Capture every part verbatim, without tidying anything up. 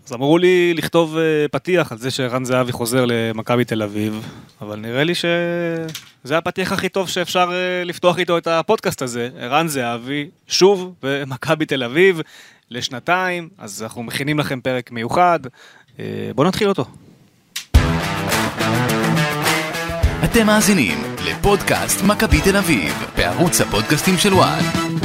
אז אמרו לי לכתוב פתיח על זה שערן זהבי חוזר למכבי תל אביב, אבל נראה לי שזה הפתיח הכי טוב שאפשר לפתוח איתו את הפודקאסט הזה. ערן זהבי שוב במכבי תל אביב לשנתיים, אז אנחנו מכינים לכם פרק מיוחד. בואו נתחיל אותו. אתם מאזינים לפודקאסט מכבי תל אביב בערוץ הפודקאסטים של וואן.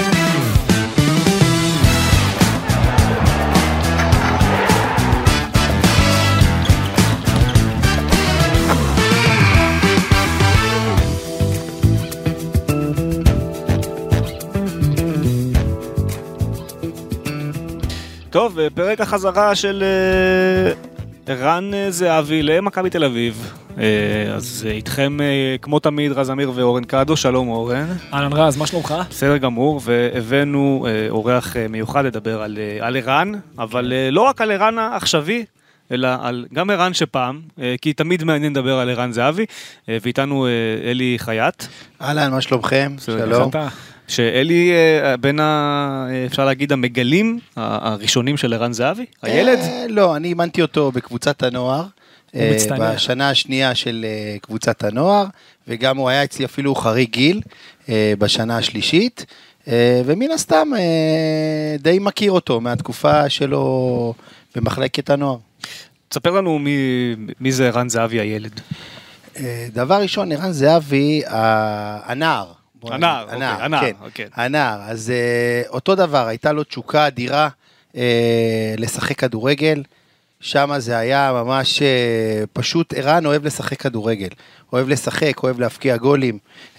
טוב, פרק החזרה של ערן זהבי למכבי תל אביב. אז איתכם כמו תמיד רז אמיר ואורן קדו. שלום אורן. אהלן רז, מה שלומך? בסדר גמור, והבאנו אורח מיוחד לדבר על, על ערן, אבל לא רק על ערן העכשווי, אלא על גם ערן שפעם, כי תמיד מעניין לדבר על ערן זהבי, ואיתנו אלי חייט. אהלן, מה שלומכם? שלום. שאלי בין, ה, אפשר להגיד, המגלים הראשונים של ערן זהבי, הילד? לא, אני אימנתי אותו בקבוצת הנוער, בשנה השנייה של קבוצת הנוער, וגם הוא היה אצלי אפילו חריג גיל בשנה השלישית, ומן הסתם די מכיר אותו מהתקופה שלו במחלקת הנוער. תספר לנו מי, מי זה ערן זהבי הילד. דבר ראשון, ערן זהבי, הנער, הנער, אוקיי, הנער, כן, אוקיי. הנער, אז uh, אותו דבר, הייתה לו תשוקה אדירה uh, לשחק כדורגל, שם זה היה ממש uh, פשוט, ערן אוהב לשחק כדורגל, אוהב לשחק, אוהב להפקיע גולים, uh,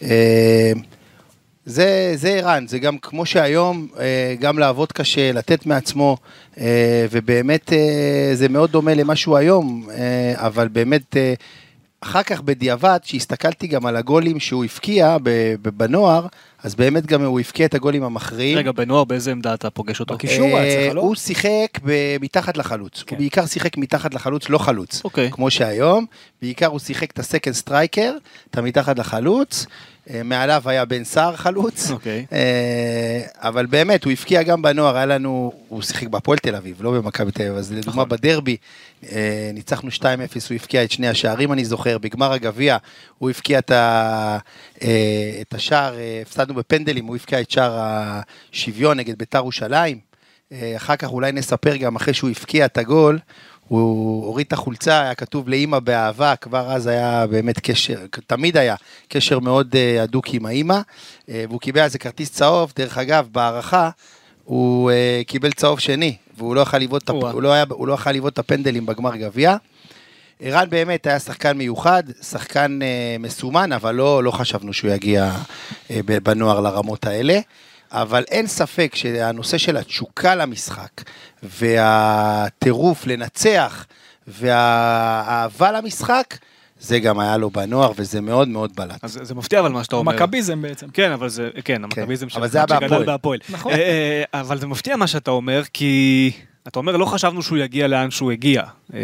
זה, זה ערן, זה גם כמו שהיום, uh, גם לעבוד קשה, לתת מעצמו, uh, ובאמת uh, זה מאוד דומה למשהו היום, uh, אבל באמת, uh, אחר כך בדיעבד, שהסתכלתי גם על הגולים שהוא הפקיע בנוער, אז באמת גם הוא הפקיע את הגולים המכריעים. רגע, בנוער באיזה עמדה אתה פוגש אותו? בקישור היה, לא? הוא שיחק מתחת לחלוץ. הוא בעיקר שיחק מתחת לחלוץ, לא חלוץ. כמו שהיום. בעיקר הוא שיחק את הסקנד סטרייקר, אתה מתחת לחלוץ. מעליו היה בן סער חלוץ. אבל באמת, הוא הפקיע גם בנוער. היה לנו, הוא שיחק בהפועל תל אביב, לא במכבי תל אביב. אז לדוגמה בדרבי, ניצחנו שתיים אפס, הוא הפקיע את שני השערים, אני זוכר. בגמר הגביע, הוא הפקיע את השער, הפסדנו בפנדלים, הוא הפקיע את שער השוויון נגד בית"ר ירושלים. אחר כך אולי נספר גם אחרי שהוא הפקיע את הגול, הוא הוריד את החולצה, היה כתוב לאמא באהבה, כבר אז היה באמת קשר, תמיד היה קשר מאוד הדוק עם האמא, והוא קיבל על זה כרטיס צהוב, דרך אגב, בהערכה, הוא קיבל צהוב שני, והוא לא יכול לבעוט, הוא לא היה, הוא לא יכול לבעוט את הפנדלים בגמר גביע. ערן באמת היה שחקן מיוחד, שחקן מסומן, אבל לא, לא חשבנו שהוא יגיע בנוער לרמות האלה. אבל אין ספק שהנושא של התשוקה למשחק, והטירוף לנצח, והאהבה למשחק, זה גם היה לו בנוער, וזה מאוד מאוד בלט. אז זה מפתיע אבל מה שאתה אומר. המכביזם בעצם. כן, אבל זה, כן, המכביזם אבל זה היה בהפועל. נכון. אבל זה מפתיע מה שאתה אומר, כי אתה אומר, לא חשבנו שהוא יגיע לאן שהוא הגיע.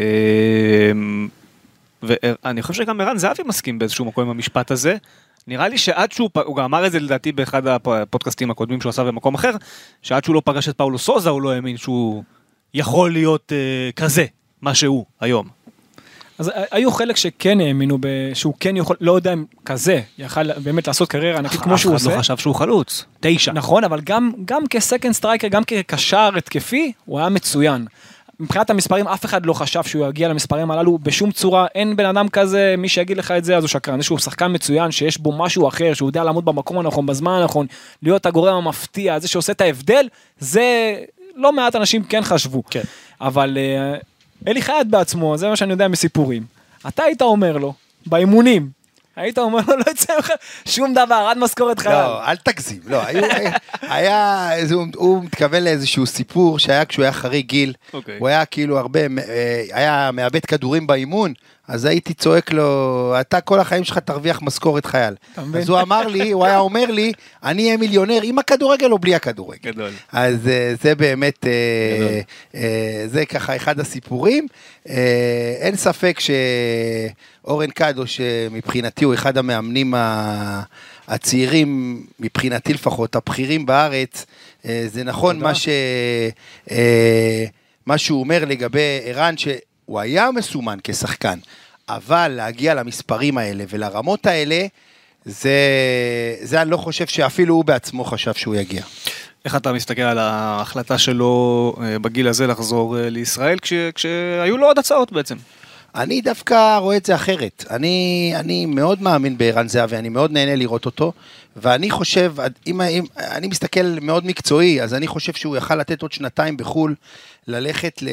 ואני חושב שגם ערן זהבי מסכים באיזשהו מקום עם המשפט הזה, נראה לי שעד שהוא, הוא גם אמר את זה לדעתי באחד הפודקאסטים הקודמים שהוא עשה במקום אחר, שעד שהוא לא פגש את פאולו סוזה, הוא לא האמין שהוא יכול להיות uh, כזה, מה שהוא היום. אז היו חלק שכן האמינו, שהוא כן יכול, לא יודע אם כזה, יכל באמת לעשות קריירה ענקית כמו שהוא עושה. אף אחד לא חשב שהוא חלוץ, תשע. נכון, אבל גם, גם כסקנד סטרייקר, גם כקשר התקפי, הוא היה מצוין. מבחינת המספרים, אף אחד לא חשב שהוא יגיע למספרים הללו בשום צורה, אין בן אדם כזה, מי שיגיד לך את זה, אז הוא שקרן, זה שהוא שחקן מצוין, שיש בו משהו אחר, שהוא יודע לעמוד במקום הנכון, בזמן הנכון, להיות הגורם המפתיע, זה שעושה את ההבדל, זה לא מעט אנשים כן חשבו. כן. אבל אלי חייט בעצמו, זה מה שאני יודע מסיפורים. אתה היית אומר לו, באימונים, היית אומר לו, לא יצא לך שום דבר, עד משכורת חייל. לא, אל תגזים, לא, היה, הוא מתכוון לאיזשהו סיפור שהיה כשהוא היה חריג גיל, הוא היה כאילו הרבה, היה מאבד כדורים באימון, אז הייתי צועק לו, אתה כל החיים שלך תרוויח משכורת חייל. אז הוא אמר לי, הוא היה אומר לי, אני אהיה מיליונר עם הכדורגל או בלי הכדורגל. גדול. אז זה באמת, זה ככה אחד הסיפורים. אין ספק שאורן קדו, שמבחינתי הוא אחד המאמנים הצעירים, מבחינתי לפחות, הבכירים בארץ, זה נכון מה ש... מה שהוא אומר לגבי ערן, שהוא היה מסומן כשחקן, אבל להגיע למספרים האלה ולרמות האלה, זה, זה אני לא חושב שאפילו הוא בעצמו חשב שהוא יגיע. איך אתה מסתכל על ההחלטה שלו בגיל הזה לחזור לישראל, כש, כשהיו לו עוד הצעות בעצם? אני דווקא רואה את זה אחרת. אני, אני מאוד מאמין בערן זהבי, אני מאוד נהנה לראות אותו, ואני חושב, אם, אם, אני מסתכל מאוד מקצועי, אז אני חושב שהוא יכל לתת עוד שנתיים בחול, ללכת ל...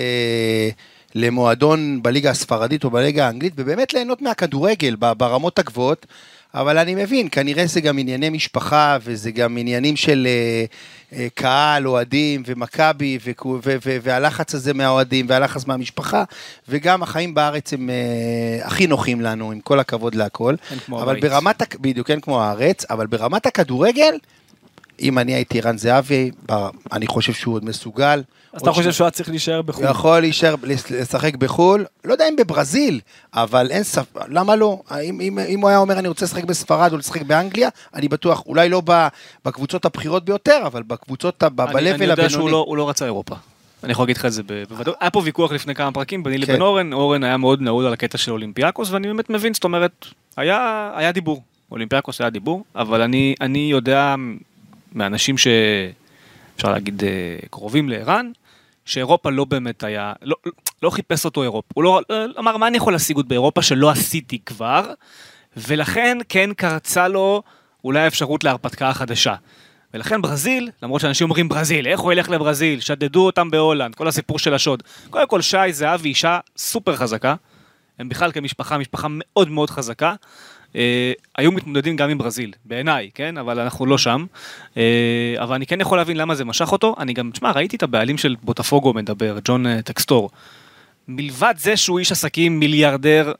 למועדון בליגה הספרדית או בליגה האנגלית, ובאמת ליהנות מהכדורגל ברמות הגבוהות, אבל אני מבין, כנראה זה גם ענייני משפחה, וזה גם עניינים של uh, uh, קהל, אוהדים ומכבי, והלחץ הזה מהאוהדים, והלחץ מהמשפחה, וגם החיים בארץ הם uh, הכי נוחים לנו, עם כל הכבוד להכל. אבל ברמת, בדיוק, אין כמו הארץ, אבל ברמת הכדורגל, אם אני הייתי ערן זהבי, אני חושב שהוא עוד מסוגל. אז אתה חושב שהוא היה צריך להישאר בחול? הוא יכול להישאר, לשחק בחול, לא יודע אם בברזיל, אבל אין ספק, למה לא? אם, אם, אם הוא היה אומר, אני רוצה לשחק בספרד או לשחק באנגליה, אני בטוח, אולי לא בקבוצות הבחירות ביותר, אבל בקבוצות, ב-level הבינוני. אני יודע שהוא לא, הוא לא רצה אירופה. אני יכול להגיד לך את זה בוודאות. היה פה ויכוח לפני כמה פרקים, ביני לבין אורן, אורן היה מאוד נעול על הקטע של אולימפיאקוס, ואני באמת מבין, זאת אומרת, היה, היה דיבור. אולימפיאקוס היה דיבור, אבל אני, אני יודע מאנשים שאפשר להגיד קרובים לערן, שאירופה לא באמת היה, לא, לא חיפש אותו אירופה. הוא לא אמר, מה אני יכול להשיג עוד באירופה שלא עשיתי כבר, ולכן כן קרצה לו אולי האפשרות להרפתקה החדשה. ולכן ברזיל, למרות שאנשים אומרים ברזיל, איך הוא ילך לברזיל? שדדו אותם בהולנד, כל הסיפור של השוד. קודם כל שי, זהבי, אישה סופר חזקה, הם בכלל כמשפחה, משפחה מאוד מאוד חזקה, אה, היו מתמודדים גם עם ברזיל, בעיניי, כן? אבל אנחנו לא שם. אה, אבל אני כן יכול להבין למה זה משך אותו. אני גם, תשמע, ראיתי את הבעלים של בוטפוגו מדבר, ג'ון אה, טקסטור. מלבד זה שהוא איש עסקים מיליארדר,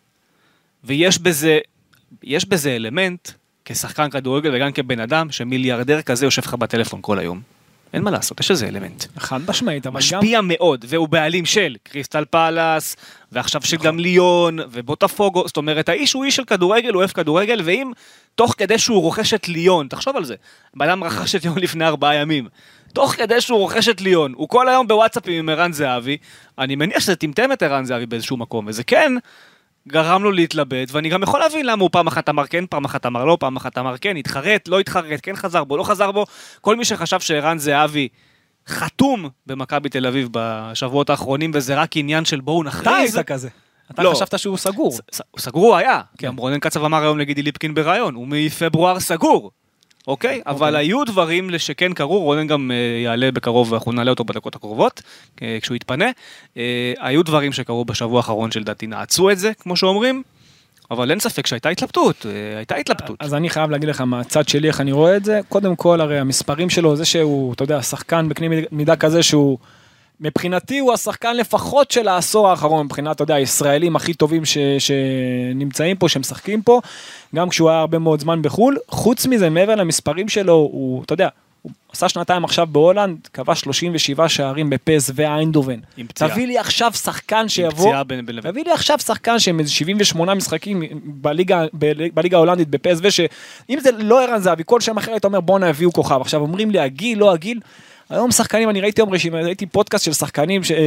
ויש בזה, יש בזה אלמנט, כשחקן כדורגל וגם כבן אדם, שמיליארדר כזה יושב לך בטלפון כל היום. אין מה לעשות, יש איזה אלמנט. חד משמעית, אבל משפיע גם... מאוד, והוא בעלים של קריסטל פלאס, ועכשיו שגם ליון, ובוטפוגו, זאת אומרת, האיש הוא איש של כדורגל, הוא אוהב כדורגל, ואם תוך כדי שהוא רוכש את ליון, תחשוב על זה, בעלם רכש את ליון לפני ארבעה ימים, תוך כדי שהוא רוכש את ליון, הוא כל היום בוואטסאפים עם ערן זהבי, אני מניח שזה טמטם את ערן זהבי באיזשהו מקום, וזה כן גרם לו להתלבט, ואני גם יכול להבין למה הוא פעם אחת אמר כן, פעם אחת אמר לא, פעם אחת אמר כן, התחרט, לא התחרט, כן חזר בו, לא חזר בו, כל מי שחשב שערן זהבי חתום במכבי תל אביב בשבועות האחרונים, וזה רק עניין של בואו נכריז. אתה היית כזה. אתה לא. חשבת שהוא סגור. ס, הוא סגור הוא היה. כן. גם רונן קצב אמר היום לגידי ליפקין ברעיון, הוא מפברואר סגור. אוקיי? אבל אוקיי. היו דברים שכן קרו, רונן גם uh, יעלה בקרוב, ואנחנו נעלה אותו בדקות הקרובות, uh, כשהוא יתפנה. Uh, היו דברים שקרו בשבוע האחרון של דעתי, נעצו את זה, כמו שאומרים, אבל אין ספק שהייתה התלבטות, uh, הייתה התלבטות. אז אני חייב להגיד לך מהצד שלי איך אני רואה את זה, קודם כל הרי המספרים שלו, זה שהוא, אתה יודע, שחקן בקנה מידה כזה שהוא, מבחינתי הוא השחקן לפחות של העשור האחרון, מבחינת, אתה יודע, הישראלים הכי טובים ש, שנמצאים פה, שמשחקים פה, גם כשהוא היה הרבה מאוד זמן בחול, חוץ מזה, מעבר למספרים שלו, הוא, אתה יודע, הוא עשה שנתיים עכשיו בהולנד, קבע שלושים ושבעה שערים בפס ואיינדובן. תביא לי עכשיו שחקן שיבוא, תביא לי עכשיו שחקן שהם איזה שבעים ושמונה משחקים בליגה, בליגה ההולנדית בפס, ושאם זה לא ערן זהבי, כל שם אחר, אתה אומר בוא נביאו כוכב. עכשיו אומרים לי, הגיל, לא הגיל, היום שחקנים, אני ראיתי יום רשימה, ראיתי פודקאסט של שחקנים, ש...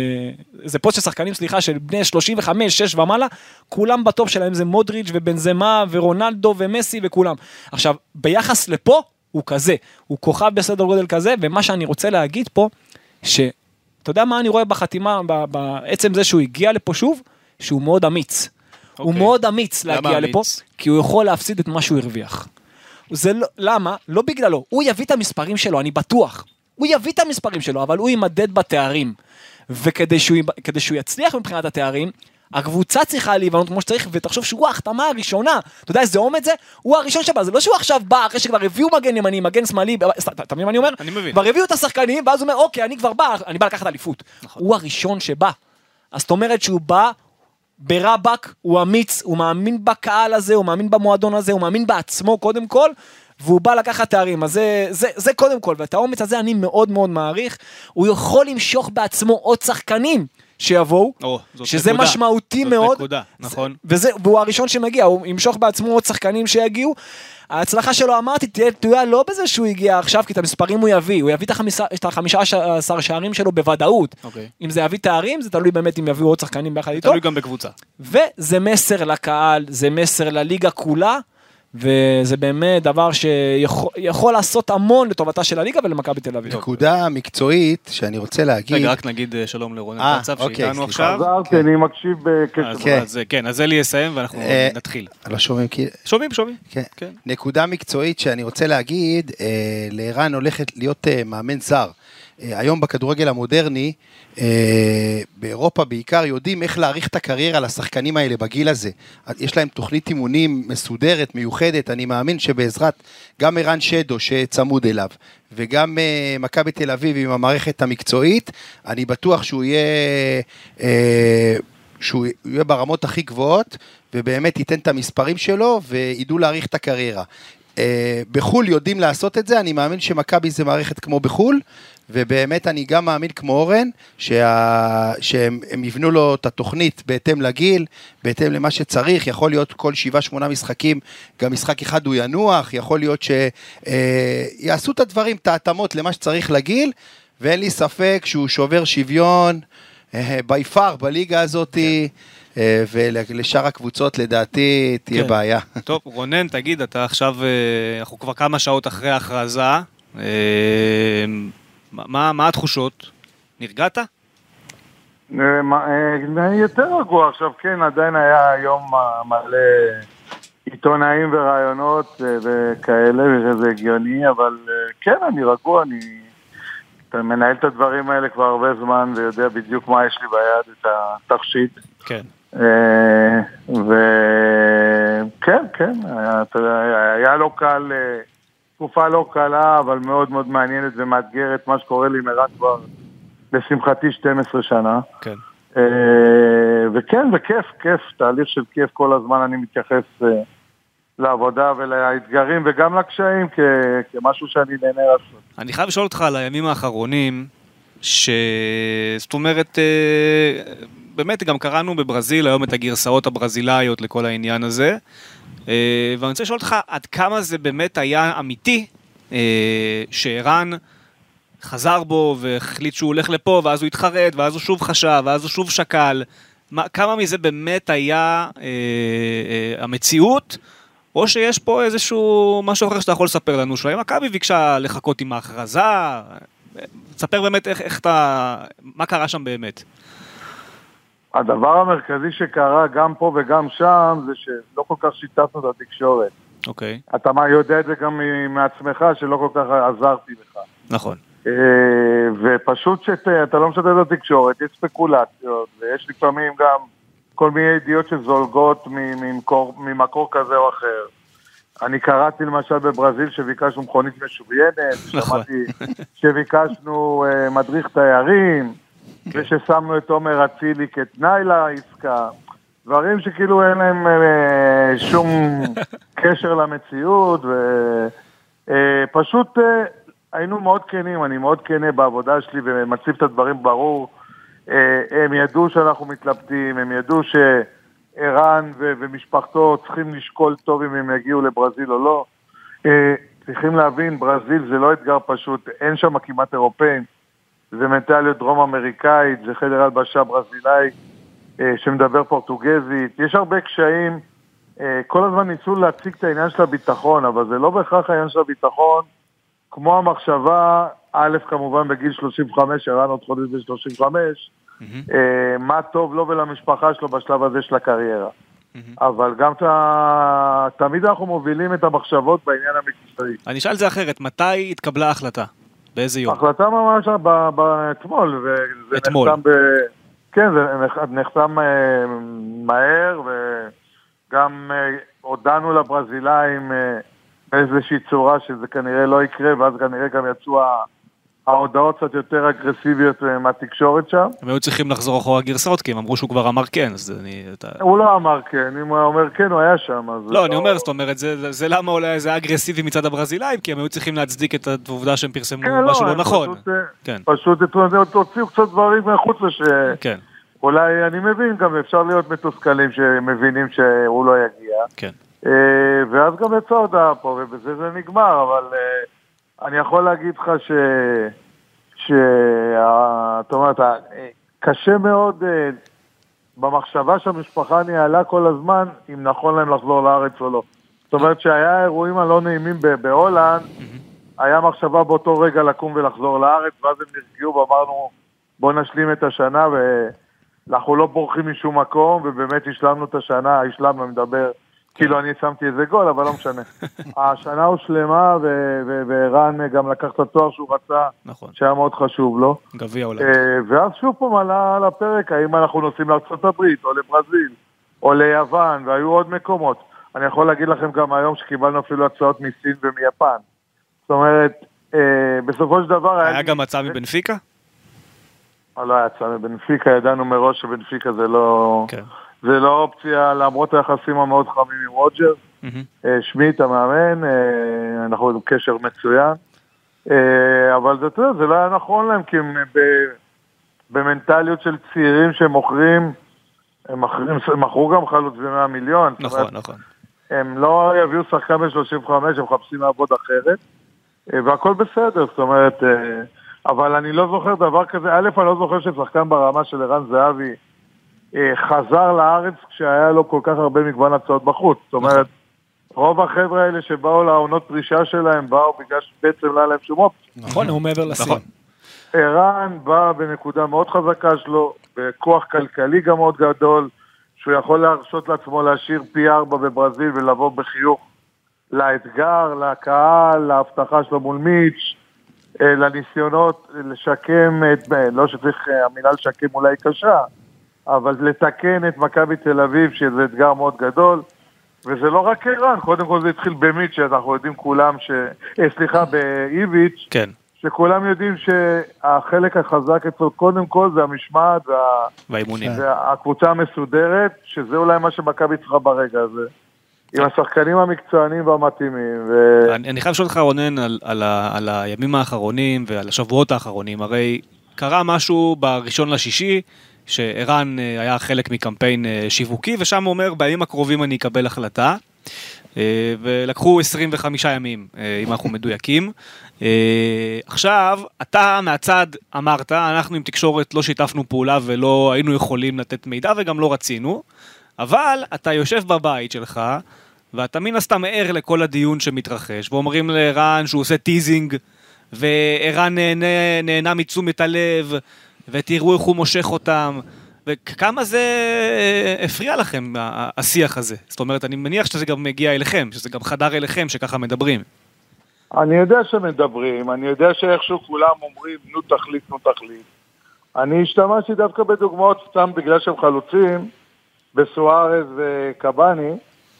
זה פודקאסט של שחקנים, סליחה, של בני שלושים וחמש, שש ומעלה, כולם בטופ שלהם זה מודריץ' ובנזמה ורונלדו ומסי וכולם. עכשיו, ביחס לפה, הוא כזה, הוא כוכב בסדר גודל כזה, ומה שאני רוצה להגיד פה, שאתה יודע מה אני רואה בחתימה, בעצם זה שהוא הגיע לפה שוב, שהוא מאוד אמיץ. Okay. הוא מאוד אמיץ להגיע לפה, כי הוא יכול להפסיד את מה שהוא הרוויח. זה לא, למה? לא בגללו. הוא יביא את המספרים שלו, אני בטוח. הוא יביא את המספרים שלו, אבל הוא יימדד בתארים. וכדי שהוא, כדי שהוא יצליח מבחינת התארים, הקבוצה צריכה להיבנות כמו שצריך, ותחשוב שהוא ההחתמה הראשונה. אתה יודע איזה אומץ זה? הוא הראשון שבא. זה לא שהוא עכשיו בא, אחרי שכבר הביאו מגן ימני, מגן שמאלי, אתה מבין מה אני אומר? אני מבין. כבר הביאו את השחקנים, ואז הוא אומר, אוקיי, אני כבר בא, אני בא לקחת אליפות. הוא הראשון שבא. אז זאת אומרת שהוא בא ברבק, הוא אמיץ, הוא מאמין בקהל הזה, הוא מאמין במועדון הזה, הוא מאמין בעצמו קודם כל, והוא בא לקחת תארים, אז זה, זה, זה קודם כל, ואת האומץ הזה אני מאוד מאוד מעריך, הוא יכול למשוך בעצמו עוד שחקנים, שיבואו, או, שזה נקודה. משמעותי זאת מאוד, נקודה, נכון. וזה, והוא הראשון שמגיע, הוא ימשוך בעצמו עוד שחקנים שיגיעו, ההצלחה שלו, אמרתי, תהיה תלויה לא בזה שהוא הגיע עכשיו, כי את המספרים הוא יביא, הוא יביא את החמישה עשר שערים שלו בוודאות. אוקיי. אם זה יביא תארים, זה תלוי באמת אם יביאו עוד שחקנים ביחד איתו. תלוי גם בקבוצה. וזה מסר לקהל, זה מסר לליגה כולה, וזה באמת דבר שיכול לעשות המון לטובתה של הליגה ולמכבי תל אביב. נקודה מקצועית שאני רוצה להגיד... רגע, רק נגיד שלום לרונן קצב שאיתנו עכשיו. חזרתי, אני מקשיב בקשב. כן, אז אלי יסיים ואנחנו נתחיל. לא שומעים כי... שומעים, שומעים. נקודה מקצועית שאני רוצה להגיד, לערן הולכת להיות מאמן זר. היום בכדורגל המודרני, באירופה בעיקר, יודעים איך להאריך את הקריירה לשחקנים האלה בגיל הזה. יש להם תוכנית אימונים מסודרת, מיוחדת, אני מאמין שבעזרת גם ערן שדו שצמוד אליו, וגם מכבי תל אביב עם המערכת המקצועית, אני בטוח שהוא יהיה, שהוא יהיה ברמות הכי גבוהות, ובאמת ייתן את המספרים שלו, וידעו להאריך את הקריירה. בחול יודעים לעשות את זה, אני מאמין שמכבי זה מערכת כמו בחול, ובאמת אני גם מאמין כמו אורן, שה... שהם יבנו לו את התוכנית בהתאם לגיל, בהתאם למה שצריך, יכול להיות כל שבעה שמונה משחקים, גם משחק אחד הוא ינוח, יכול להיות שיעשו את הדברים, את ההתאמות למה שצריך לגיל, ואין לי ספק שהוא שובר שוויון, ביפר בליגה הזאת, ולשאר הקבוצות לדעתי תהיה בעיה. טוב, רונן, תגיד, אתה עכשיו, אנחנו כבר כמה שעות אחרי ההכרזה, מה, מה התחושות? נרגעת? יותר רגוע עכשיו, כן, עדיין היה יום מלא עיתונאים ורעיונות וכאלה, וזה הגיוני, אבל כן, אני רגוע, אני מנהל את הדברים האלה כבר הרבה זמן, ויודע בדיוק מה יש לי ביד, את התכשיט. כן. וכן, כן, היה לא קל... תקופה לא קלה, אבל מאוד מאוד מעניינת ומאתגרת, מה שקורה לי מרק כבר לשמחתי שתים עשרה שנה. כן. וכן, וכיף, כיף, תהליך של כיף כל הזמן אני מתייחס לעבודה ולאתגרים וגם לקשיים כמשהו שאני נהנה לעשות. אני חייב לשאול אותך על הימים האחרונים, שזאת אומרת, באמת גם קראנו בברזיל היום את הגרסאות הברזילאיות לכל העניין הזה, ואני רוצה לשאול אותך עד כמה זה באמת היה אמיתי שערן חזר בו והחליט שהוא הולך לפה ואז הוא התחרט ואז הוא שוב חשב ואז הוא שוב שקל, כמה מזה באמת היה המציאות, או שיש פה איזשהו משהו אחר שאתה יכול לספר לנו, שאולי מכבי ביקשה לחכות עם ההכרזה, תספר באמת איך, איך אתה, מה קרה שם באמת. הדבר המרכזי שקרה גם פה וגם שם, זה שלא כל כך שיתפנו את התקשורת. אוקיי. אתה יודע את זה גם מעצמך, שלא כל כך עזרתי לך. נכון. ופשוט שאתה לא משתף את התקשורת, יש ספקולציות, ויש לפעמים גם כל מיני ידיעות שזולגות ממקור, ממקור כזה או אחר. אני קראתי למשל בברזיל שביקשנו מכונית משוריינת, שמעתי שביקשנו מדריך תיירים, וששמנו את עומר אצילי כתנאי לעסקה, דברים שכאילו אין להם אה, שום קשר למציאות, ופשוט אה, היינו מאוד כנים, אני מאוד כנה בעבודה שלי, ומציב את הדברים ברור, אה, הם ידעו שאנחנו מתלבטים, הם ידעו שערן ו- ומשפחתו צריכים לשקול טוב אם הם יגיעו לברזיל או לא, אה, צריכים להבין, ברזיל זה לא אתגר פשוט, אין שם כמעט אירופאים, זה מנטליות דרום אמריקאית, זה חדר הלבשה ברזילאי אה, שמדבר פורטוגזית, יש הרבה קשיים, אה, כל הזמן ניסו להציג את העניין של הביטחון, אבל זה לא בהכרח העניין של הביטחון, כמו המחשבה, א' כמובן בגיל שלושים וחמש, הרן עוד חודש ב-שלושים וחמש, mm-hmm. אה, מה טוב לו ולמשפחה שלו בשלב הזה של הקריירה. Mm-hmm. אבל גם ת... תמיד אנחנו מובילים את המחשבות בעניין המקצועי. אני אשאל את זה אחרת, מתי התקבלה ההחלטה? באיזה יום? החלטה ממש באתמול, וזה נחתם ב... כן, זה נחתם מהר, וגם הודענו לברזילאים באיזושהי צורה שזה כנראה לא יקרה, ואז כנראה גם יצאו ההודעות קצת יותר אגרסיביות מהתקשורת שם. הם היו צריכים לחזור אחורה גרסאות, כי הם אמרו שהוא כבר אמר כן, אז אני... הוא לא אמר כן, אם הוא אומר כן, הוא היה שם. לא, אני אומר, זאת אומרת, זה למה אולי זה אגרסיבי מצד הברזילאים, כי הם היו צריכים להצדיק את העובדה שהם פרסמו משהו לא נכון. פשוט הוציאו קצת דברים מחוץ לש... אולי אני מבין, גם אפשר להיות מתוסכלים שמבינים שהוא לא יגיע. כן. ואז גם יצא הודעה פה, ובזה זה נגמר, אבל אני יכול להגיד לך ש... זאת אומרת, קשה מאוד במחשבה שהמשפחה ניהלה כל הזמן, אם נכון להם לחזור לארץ או לא. זאת אומרת שהיה אירועים הלא נעימים בהולנד, היה מחשבה באותו רגע לקום ולחזור לארץ, ואז הם נרגעו ואמרנו, בוא נשלים את השנה, ואנחנו לא בורחים משום מקום, ובאמת השלמנו את השנה, השלמנו, אני מדבר, כאילו אני שמתי איזה גול, אבל לא משנה. השנה הושלמה, וערן גם לקח את התואר שהוא רצה, שהיה מאוד חשוב לו. גביע עולם. ואז שוב פעם עלה על הפרק, האם אנחנו נוסעים לארצות הברית, או לברזיל, או ליוון, והיו עוד מקומות. אני יכול להגיד לכם גם היום שקיבלנו אפילו הצעות מסין ומיפן. זאת אומרת, בסופו של דבר... היה גם הצעה מבנפיקה? לא היה הצעה מבנפיקה, ידענו מראש שבנפיקה זה לא... זה לא אופציה, למרות היחסים המאוד חמים עם רוג'ר. שמיט המאמן, אנחנו עם קשר מצוין. אבל זה, זה לא היה נכון להם, כי הם במנטליות של צעירים שמוכרים, הם מכרו גם חלוץ ב-מאה מיליון. נכון, נכון. הם לא יביאו שחקן ב-שלושים וחמש, הם מחפשים לעבוד אחרת, והכל בסדר, זאת אומרת, אבל אני לא זוכר דבר כזה, א', אני לא זוכר ששחקן ברמה של ערן זהבי חזר לארץ כשהיה לו כל כך הרבה מגוון הצעות בחוץ, זאת אומרת, רוב החבר'ה האלה שבאו לעונות פרישה שלהם, באו בגלל שבעצם לא היה להם שום אופציה. נכון, הוא מעבר לסין. ערן בא בנקודה מאוד חזקה שלו, בכוח כלכלי גם מאוד גדול, שהוא יכול להרשות לעצמו להשאיר פי ארבע בברזיל ולבוא בחיוך לאתגר, לקהל, להבטחה שלו מול מיץ', לניסיונות לשקם, את, לא שצריך המילה לשקם אולי קשה, אבל לתקן את מכבי תל אביב, שזה אתגר מאוד גדול, וזה לא רק ערן, קודם כל זה התחיל במיץ' שאנחנו יודעים כולם, ש... סליחה, באיביץ', כן. שכולם יודעים שהחלק החזק אצלו קודם כל זה המשמעת וה... והאימונים. והקבוצה המסודרת, שזה אולי מה שמכבי צריכה ברגע הזה. עם השחקנים המקצוענים והמתאימים. ו... אני, אני חייב לשאול אותך רונן על, על, ה, על הימים האחרונים ועל השבועות האחרונים. הרי קרה משהו בראשון לשישי, שערן היה חלק מקמפיין שיווקי, ושם הוא אומר, בימים הקרובים אני אקבל החלטה. ולקחו עשרים וחמישה ימים, אם אנחנו מדויקים. עכשיו, אתה מהצד אמרת, אנחנו עם תקשורת לא שיתפנו פעולה ולא היינו יכולים לתת מידע וגם לא רצינו, אבל אתה יושב בבית שלך, ואתה מן הסתם ער לכל הדיון שמתרחש, ואומרים לערן שהוא עושה טיזינג, וערן נהנה, נהנה מתשומת הלב, ותראו איך הוא מושך אותם, וכמה זה הפריע לכם, השיח הזה? זאת אומרת, אני מניח שזה גם מגיע אליכם, שזה גם חדר אליכם שככה מדברים. אני יודע שמדברים, אני יודע שאיכשהו כולם אומרים, נו תחליט, נו תחליט. אני השתמשתי דווקא בדוגמאות סתם בגלל שהם חלוצים, בסוארז וקבני,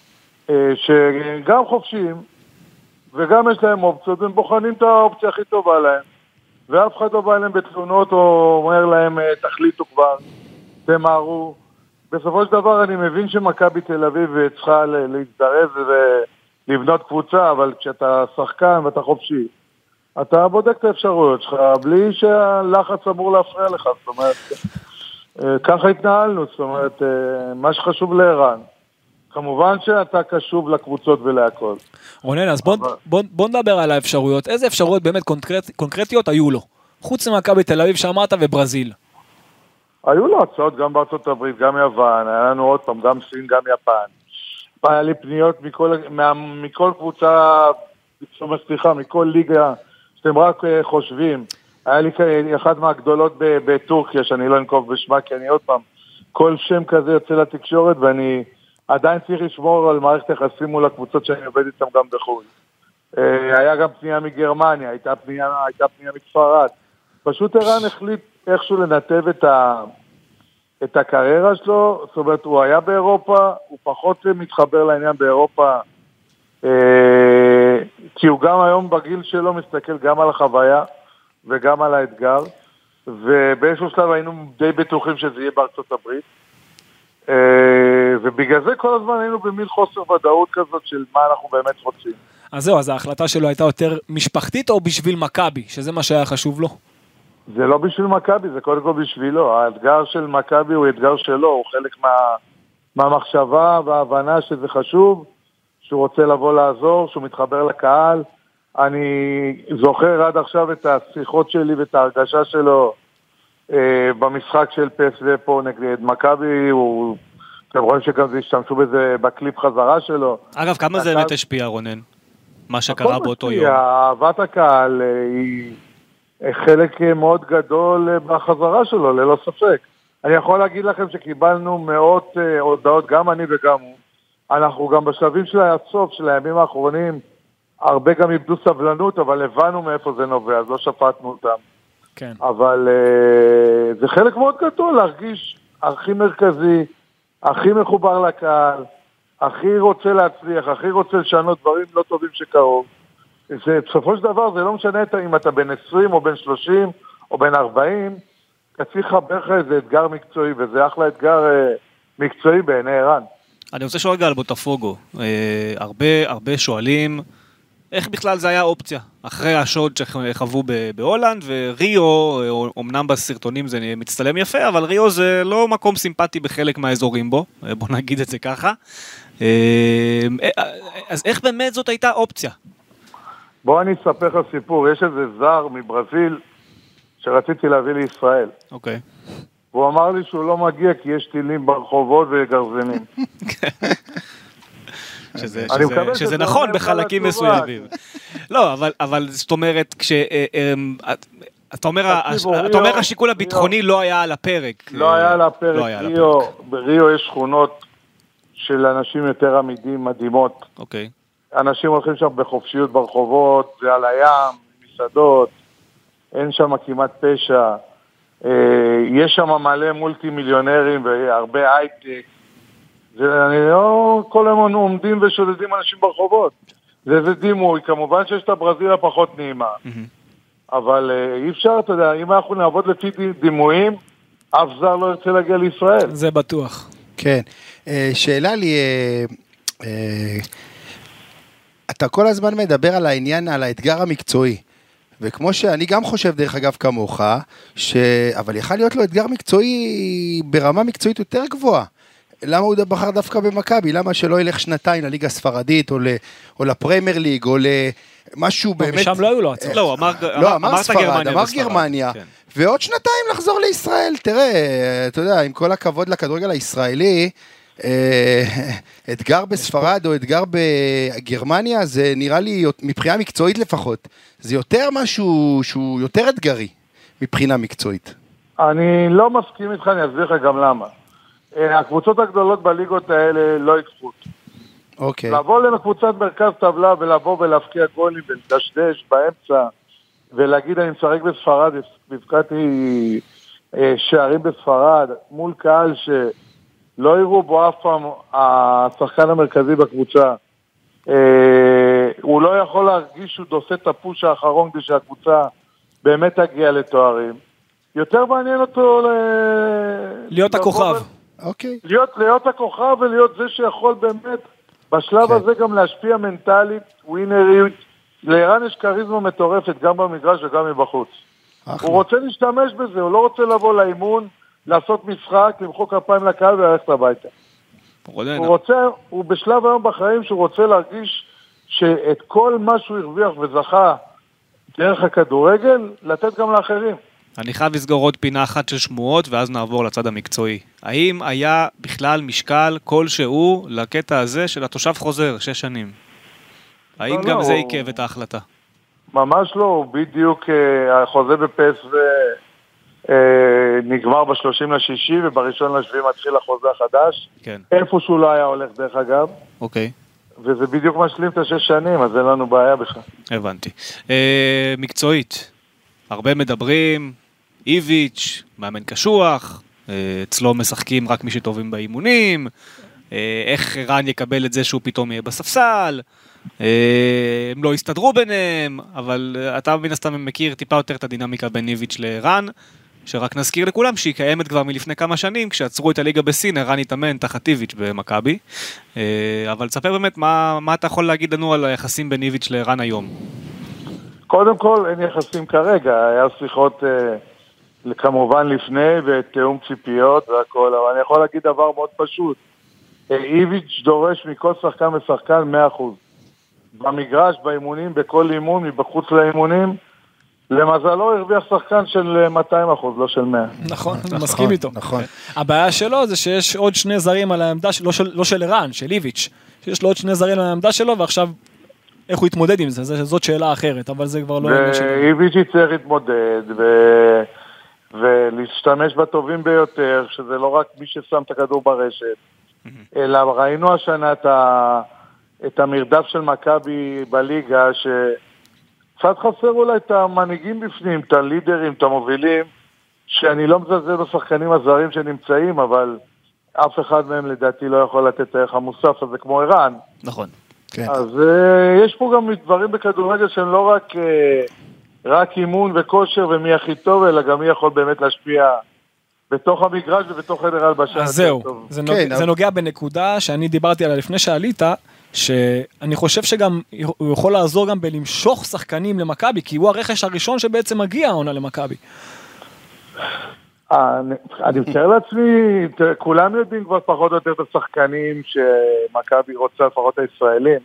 שגם חופשיים, וגם יש להם אופציות, הם בוחנים את האופציה הכי טובה להם, ואף אחד לא בא אליהם בתלונות, או אומר להם, תחליטו כבר, תמהרו. בסופו של דבר אני מבין שמכבי תל אביב צריכה להזדרז ולבנות קבוצה, אבל כשאתה שחקן ואתה חופשי, אתה בודק את האפשרויות שלך, בלי שהלחץ אמור להפריע לך, זאת אומרת, ככה התנהלנו, זאת אומרת, מה שחשוב לערן. כמובן שאתה קשוב לקבוצות ולהכל. רונן, אז בוא, בוא, בוא נדבר על האפשרויות. איזה אפשרויות באמת קונקרט, קונקרטיות היו לו? חוץ ממכבי תל אביב שאמרת וברזיל. היו לו הצעות גם בארצות הברית, גם יוון, היה לנו עוד פעם, גם סין, גם יפן. היה לי פניות מכל, מה, מכל קבוצה, סליחה, מכל ליגה, שאתם רק חושבים. היה לי אחת מהגדולות בטורקיה, שאני לא אנקוב בשמה, כי אני עוד פעם, כל שם כזה יוצא לתקשורת, ואני עדיין צריך לשמור על מערכת יחסים מול הקבוצות שאני עובד איתם גם בחו"ל. היה גם פנייה מגרמניה, הייתה פנייה, הייתה פנייה מספרד. פשוט ערן החליט איכשהו לנתב את, ה, את הקריירה שלו, זאת אומרת, הוא היה באירופה, הוא פחות מתחבר לעניין באירופה, אה, כי הוא גם היום בגיל שלו מסתכל גם על החוויה וגם על האתגר, ובאיזשהו שלב היינו די בטוחים שזה יהיה בארצות הברית, אה, ובגלל זה כל הזמן היינו במין חוסר ודאות כזאת של מה אנחנו באמת רוצים. אז זהו, אז ההחלטה שלו הייתה יותר משפחתית או בשביל מכבי, שזה מה שהיה חשוב לו? זה לא בשביל מכבי, זה קודם כל בשבילו. האתגר של מכבי הוא אתגר שלו, הוא חלק מה, מהמחשבה וההבנה שזה חשוב, שהוא רוצה לבוא לעזור, שהוא מתחבר לקהל. אני זוכר עד עכשיו את השיחות שלי ואת ההרגשה שלו אה, במשחק של פסו פה נגד מכבי, הוא... אתם רואים שגם זה השתמשו בזה בקליפ חזרה שלו. אגב, כמה זה באמת השפיע, רונן? מה שקרה באותו יום. אהבת הקהל היא חלק מאוד גדול בחזרה שלו, ללא ספק. אני יכול להגיד לכם שקיבלנו מאות הודעות, גם אני וגם הוא. אנחנו גם בשלבים של הסוף, של הימים האחרונים, הרבה גם איבדו סבלנות, אבל הבנו מאיפה זה נובע, אז לא שפטנו אותם. כן. אבל זה חלק מאוד גדול להרגיש הכי מרכזי, הכי מחובר לקהל, הכי רוצה להצליח, הכי רוצה לשנות דברים לא טובים שקרו. זה, בסופו של דבר זה לא משנה אם אתה בן עשרים או בן שלושים או בן ארבעים, אתה צריך לחבר לך איזה אתגר מקצועי, וזה אחלה אתגר אה, מקצועי בעיני ערן. אני רוצה שואל רגע על בוטפוגו. אה, הרבה, הרבה שואלים, איך בכלל זה היה אופציה? אחרי השוד שחוו בהולנד, וריו, אמנם בסרטונים זה מצטלם יפה, אבל ריו זה לא מקום סימפטי בחלק מהאזורים בו, בוא נגיד את זה ככה. אז איך באמת זאת הייתה אופציה? בוא אני אספר לך סיפור, יש איזה זר מברזיל שרציתי להביא לישראל. אוקיי. והוא אמר לי שהוא לא מגיע כי יש טילים ברחובות וגרזנים. שזה, שזה, שזה נכון בחלקים מסוימים. לא, אבל, אבל זאת אומרת, כש... אתה אומר, אתה אומר השיקול הביטחוני לא היה על הפרק. לא היה על הפרק. ריו, בריו יש שכונות של אנשים יותר עמידים, מדהימות. אוקיי. אנשים הולכים שם בחופשיות ברחובות, זה על הים, מסעדות, אין שם כמעט פשע. יש שם מלא מולטי מיליונרים והרבה הייטק. אני לא כל היום עומדים ושודדים אנשים ברחובות. זה זה דימוי, כמובן שיש את הברזיל הפחות נעימה. אבל אי אפשר, אתה יודע, אם אנחנו נעבוד לפי דימויים, אף זר לא ירצה להגיע לישראל. זה בטוח. כן. שאלה לי, אתה כל הזמן מדבר על העניין, על האתגר המקצועי. וכמו שאני גם חושב דרך אגב כמוך, ש... אבל יכל להיות לו אתגר מקצועי ברמה מקצועית יותר גבוהה. למה הוא בחר דווקא במכבי? למה שלא ילך שנתיים לליגה הספרדית, או, ל... או לפרמייר ליג, או למשהו באמת... משם לא היו לו הצעות. לא, אמר, לא, אמר ספרד, אמר גרמניה, כן. ועוד שנתיים לחזור לישראל. תראה, אתה יודע, עם כל הכבוד לכדורגל הישראלי, אתגר בספרד או אתגר בגרמניה, זה נראה לי, מבחינה מקצועית לפחות, זה יותר משהו שהוא יותר אתגרי, מבחינה מקצועית. אני לא מסכים איתך, אני אסביר לך גם למה. הקבוצות הגדולות בליגות האלה לא ייקחו. אוקיי. לבוא לקבוצת מרכז טבלה ולבוא ולהפקיע גולים ולדשדש באמצע, ולהגיד אני משחק בספרד, והפקעתי שערים בספרד, מול קהל ש... לא יראו בו אף פעם השחקן המרכזי בקבוצה. הוא לא יכול להרגיש שהוא דושה את הפוש האחרון כדי שהקבוצה באמת תגיע לתוארים. יותר מעניין אותו להיות הכוכב. אוקיי. להיות הכוכב ולהיות זה שיכול באמת בשלב הזה גם להשפיע מנטלית, ווינרית. לערן יש קריזמה מטורפת גם במגרש וגם מבחוץ. הוא רוצה להשתמש בזה, הוא לא רוצה לבוא לאימון, לעשות משחק, למחוא כפיים לקהל וללכת הביתה. הוא רוצה, הוא בשלב היום בחיים שהוא רוצה להרגיש שאת כל מה שהוא הרוויח וזכה דרך הכדורגל, לתת גם לאחרים. אני חייב לסגור עוד פינה אחת של שמועות, ואז נעבור לצד המקצועי. האם היה בכלל משקל כלשהו לקטע הזה של התושב חוזר, שש שנים? האם גם זה עיכב את ההחלטה? ממש לא, הוא בדיוק החוזה בפס ו... נגמר ב-שלושים לשישי, ובראשון לשביעי מתחיל החוזה החדש. כן. איפה שהוא לא היה הולך דרך אגב. אוקיי. וזה בדיוק משלים את השש שנים, אז אין לנו בעיה בכלל. הבנתי. אה, מקצועית, הרבה מדברים, איביץ', מאמן קשוח, אה, אצלו משחקים רק מי שטובים באימונים, אה, איך רן יקבל את זה שהוא פתאום יהיה בספסל, אה, הם לא הסתדרו ביניהם, אבל אתה מן הסתם מכיר טיפה יותר את הדינמיקה בין איביץ' לרן, שרק נזכיר לכולם שהיא קיימת כבר מלפני כמה שנים, כשעצרו את הליגה בסין, רן התאמן תחת איביץ' במכבי. אבל תספר באמת, מה, מה אתה יכול להגיד לנו על היחסים בין איביץ' לרן היום? קודם כל, אין יחסים כרגע. היה שיחות כמובן לפני, ותאום ציפיות והכל, אבל אני יכול להגיד דבר מאוד פשוט. איביץ' דורש מכל שחקן ושחקן מאה אחוז. במגרש, באימונים, בכל אימון, מבחוץ לאימונים, למזלו הרוויח שחקן של מאתיים אחוז, לא של מאה. נכון, אני מסכים איתו. נכון. הבעיה שלו זה שיש עוד שני זרים על העמדה, לא של ערן, של איביץ', שיש לו עוד שני זרים על העמדה שלו, ועכשיו איך הוא יתמודד עם זה, זאת שאלה אחרת, אבל זה כבר לא... ואיביץ' יצטרך להתמודד, ולהשתמש בטובים ביותר, שזה לא רק מי ששם את הכדור ברשת, אלא ראינו השנה את המרדף של מכבי בליגה, שקצת חסר אולי את המנהיגים בפנים, את הלידרים, את המובילים, שאני לא מזלזל בשחקנים הזרים שנמצאים, אבל אף אחד מהם לדעתי לא יכול לתת הערך המוסף הזה כמו ערן. נכון. אז uh, יש פה גם דברים בכדורגל שהם לא רק, uh, רק אימון וכושר ומי הכי טוב, אלא גם מי יכול באמת להשפיע בתוך המגרש ובתוך חדר הלבשה. אז זהו, זה, נוג... כן, זה נוגע בנקודה שאני דיברתי עליה לפני שעלית, שאני חושב שגם הוא יכול לעזור גם בלמשוך שחקנים למכבי, כי הוא הרכש הראשון שבעצם מגיע העונה למכבי. אני מתאר לעצמי, כולם יודעים כבר פחות או יותר את השחקנים שמכבי רוצה, לפחות הישראלים.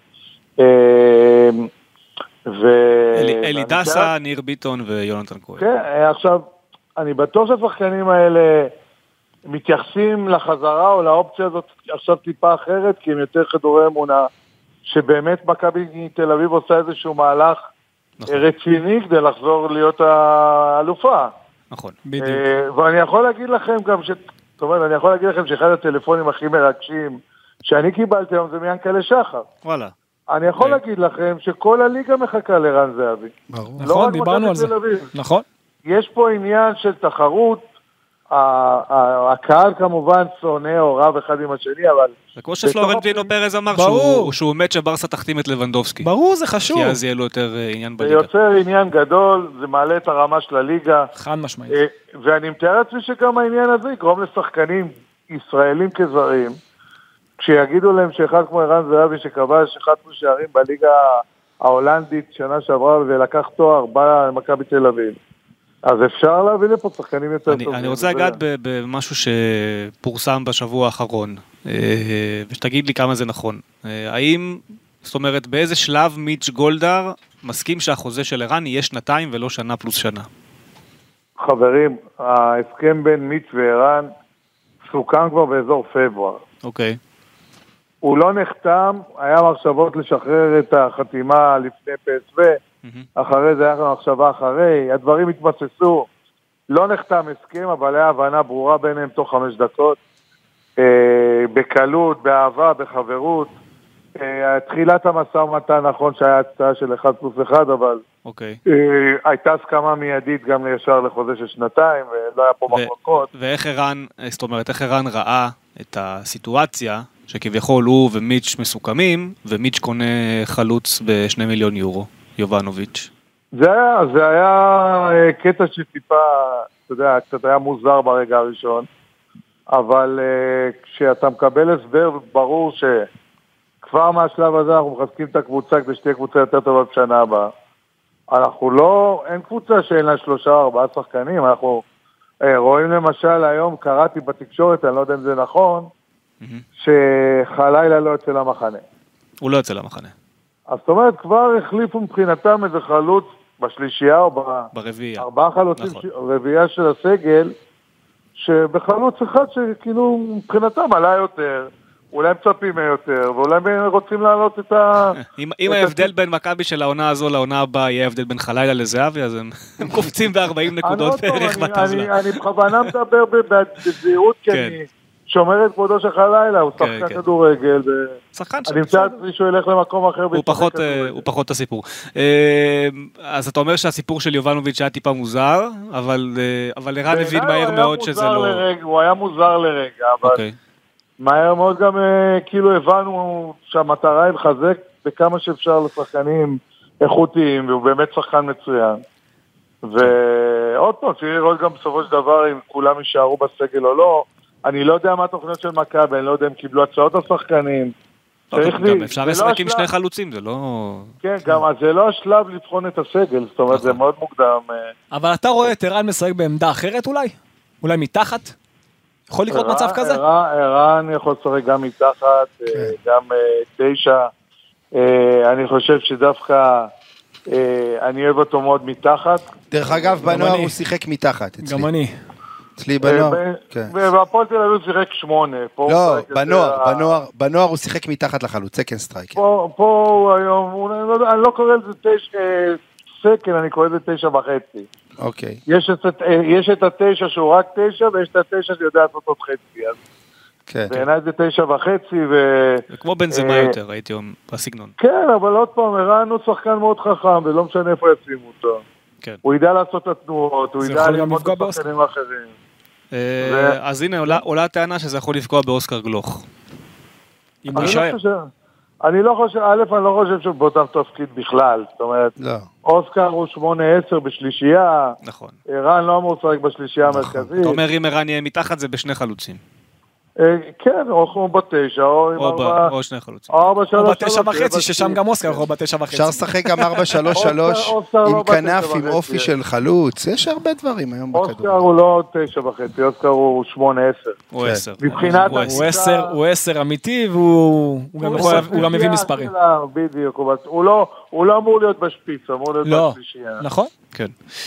אלי דסה, ניר ביטון ויונתן כהן. כן, עכשיו, אני בטוח שהשחקנים האלה מתייחסים לחזרה או לאופציה הזאת עכשיו טיפה אחרת, כי הם יותר חדורי אמונה, שבאמת מכבי תל אביב עושה איזשהו מהלך רציני כדי לחזור להיות האלופה. נכון, בדיוק. ואני יכול להגיד לכם גם ש... זאת אומרת, אני יכול להגיד לכם שאחד הטלפונים הכי מרגשים שאני קיבלתי היום זה מיאנקלה שחר. וואלה. אני יכול להגיד לכם שכל הליגה מחכה לרן זהבי. נכון, דיברנו על זה. נכון. יש פה עניין של תחרות, הקהל כמובן שונא או רב אחד עם השני, אבל... וכמו שפלורנטינו פרז אמר, שהוא עומד שברסה תחתים את לבנדובסקי. ברור, זה חשוב. כי אז יהיה לו יותר עניין בליגה. זה יוצר עניין גדול, זה מעלה את הרמה של הליגה. חד משמעית. ואני מתאר לעצמי שגם העניין הזה יקרום לשחקנים ישראלים כזרים, כשיגידו להם שאחד כמו ערן זהבי שכבש אחד משערים בליגה ההולנדית שנה שעברה ולקח תואר, בא למכבי תל אביב. אז אפשר להביא לפה שחקנים יותר טובים. אני רוצה לגעת במשהו שפורסם בשבוע האחרון, ושתגיד לי כמה זה נכון. האם, זאת אומרת, באיזה שלב מיץ' גולדהר מסכים שהחוזה של ערן יהיה שנתיים ולא שנה פלוס שנה? חברים, ההסכם בין מיץ' וערן סוכם כבר באזור פברואר. אוקיי. הוא לא נחתם, היה מחשבות לשחרר את החתימה לפני פ אס וי, אחרי זה היה מחשבה אחרי, הדברים התבססו, לא נחתם הסכם, אבל היה הבנה ברורה ביניהם תוך חמש דקות, אה, בקלות, באהבה, בחברות, אה, תחילת המשא ומתן נכון שהיה הצעה של אחד פלוס אחד, אבל אוקיי. אה, הייתה הסכמה מיידית גם לישר לחוזה של שנתיים, ולא היה פה ו- מחלוקות. ואיך ערן, זאת אומרת, איך ערן ראה את הסיטואציה, שכביכול הוא ומיץ' מסוכמים, ומיץ' קונה חלוץ בשני מיליון יורו, יובנוביץ'. זה היה, זה היה קטע שטיפה, אתה יודע, קצת היה מוזר ברגע הראשון, אבל כשאתה מקבל הסבר, ברור שכבר מהשלב הזה אנחנו מחזקים את הקבוצה כדי שתהיה קבוצה יותר טובה בשנה הבאה. אנחנו לא, אין קבוצה שאין לה שלושה או ארבעה שחקנים, אנחנו רואים למשל היום, קראתי בתקשורת, אני לא יודע אם זה נכון, שחלילה לא יוצא למחנה. הוא לא יוצא למחנה. אז זאת אומרת, כבר החליפו מבחינתם איזה חלוץ בשלישייה או ברביעייה. ארבעה חלוצים, נכון. ש... רביעייה של הסגל, שבחלוץ אחד שכאילו מבחינתם עלה יותר, אולי הם צפים יותר, ואולי הם רוצים להעלות את ה... אם, אם ההבדל בין מכבי של העונה הזו לעונה הבאה יהיה הבדל בין חלילה לזהבי, אז הם, הם קופצים ב-ארבעים נקודות בערך בטבלה. אני, אני בכוונה מדבר בזהירות, כי אני שומר את כבודו של חלילה, הוא שחקן כדורגל. שחקן אני מצא שהוא ילך למקום אחר. הוא פחות, הוא פחות הסיפור. אז אתה אומר שהסיפור של יובנוביץ' היה טיפה מוזר, אבל, אבל ערן הבין מהר מאוד שזה לא... הוא היה מוזר לרגע, אבל... מהר מאוד גם כאילו הבנו שהמטרה היא לחזק בכמה שאפשר לשחקנים איכותיים, והוא באמת שחקן מצוין. ועוד פעם, צריך לראות גם בסופו של דבר אם כולם יישארו בסגל או לא. אני לא יודע מה התוכניות של מכבי, אני לא יודע אם קיבלו הצעות השחקנים. גם אפשר לשחק עם שני חלוצים, זה לא... כן, גם אז זה לא השלב לבחון את הסגל, זאת אומרת, זה מאוד מוקדם. אבל אתה רואה את ערן משחק בעמדה אחרת אולי? אולי מתחת? יכול לקרות מצב כזה? ערן יכול לשחק גם מתחת, גם תשע. אני חושב שדווקא אני אוהב אותו מאוד מתחת. דרך אגב, בנוער הוא שיחק מתחת. גם אני. אצלי בנוער, כן. ובפועל תל אביב שיחק שמונה. לא, בנוער, בנוער, בנוער הוא שיחק מתחת לחלוץ, סקנד סטרייקר. פה הוא היום, אני לא קורא לזה תשע, סקנד, אני קורא לזה תשע וחצי. אוקיי. יש את התשע שהוא רק תשע, ויש את התשע שיודע לעשות עוד חצי, אז בעיניי זה תשע וחצי, ו... כמו בנזמה יותר, ראיתי בסגנון. כן, אבל עוד פעם, ערן הוא שחקן מאוד חכם, ולא משנה איפה ישימו אותו. הוא ידע לעשות את התנועות, הוא ידע ללמוד את השחקנים האחרים. אז הנה, עולה הטענה שזה יכול לפגוע באוסקר גלוך. אם הוא יישאר. אני לא חושב, א', אני לא חושב שהוא באותם תפקיד בכלל, זאת אומרת, אוסקר הוא שמונה עשר בשלישייה, נכון. ערן לא אמור לשחק בשלישייה המרכזית. אתה אומר, אם ערן יהיה מתחת זה בשני חלוצים. כן, או בתשע, או שני חלוצים. או בתשע וחצי, ששם גם אוסקר יכול בתשע וחצי. אפשר לשחק גם ארבע שלוש שלוש עם כנף, עם אופי של חלוץ, יש הרבה דברים היום בכדור. אוסקר הוא לא תשע וחצי, אוסקר הוא שמונה עשר. הוא עשר. הוא עשר אמיתי, והוא גם מביא מספרים. בדיוק, הוא לא אמור להיות בשפיץ, אמור להיות בשלישייה. נכון. כן.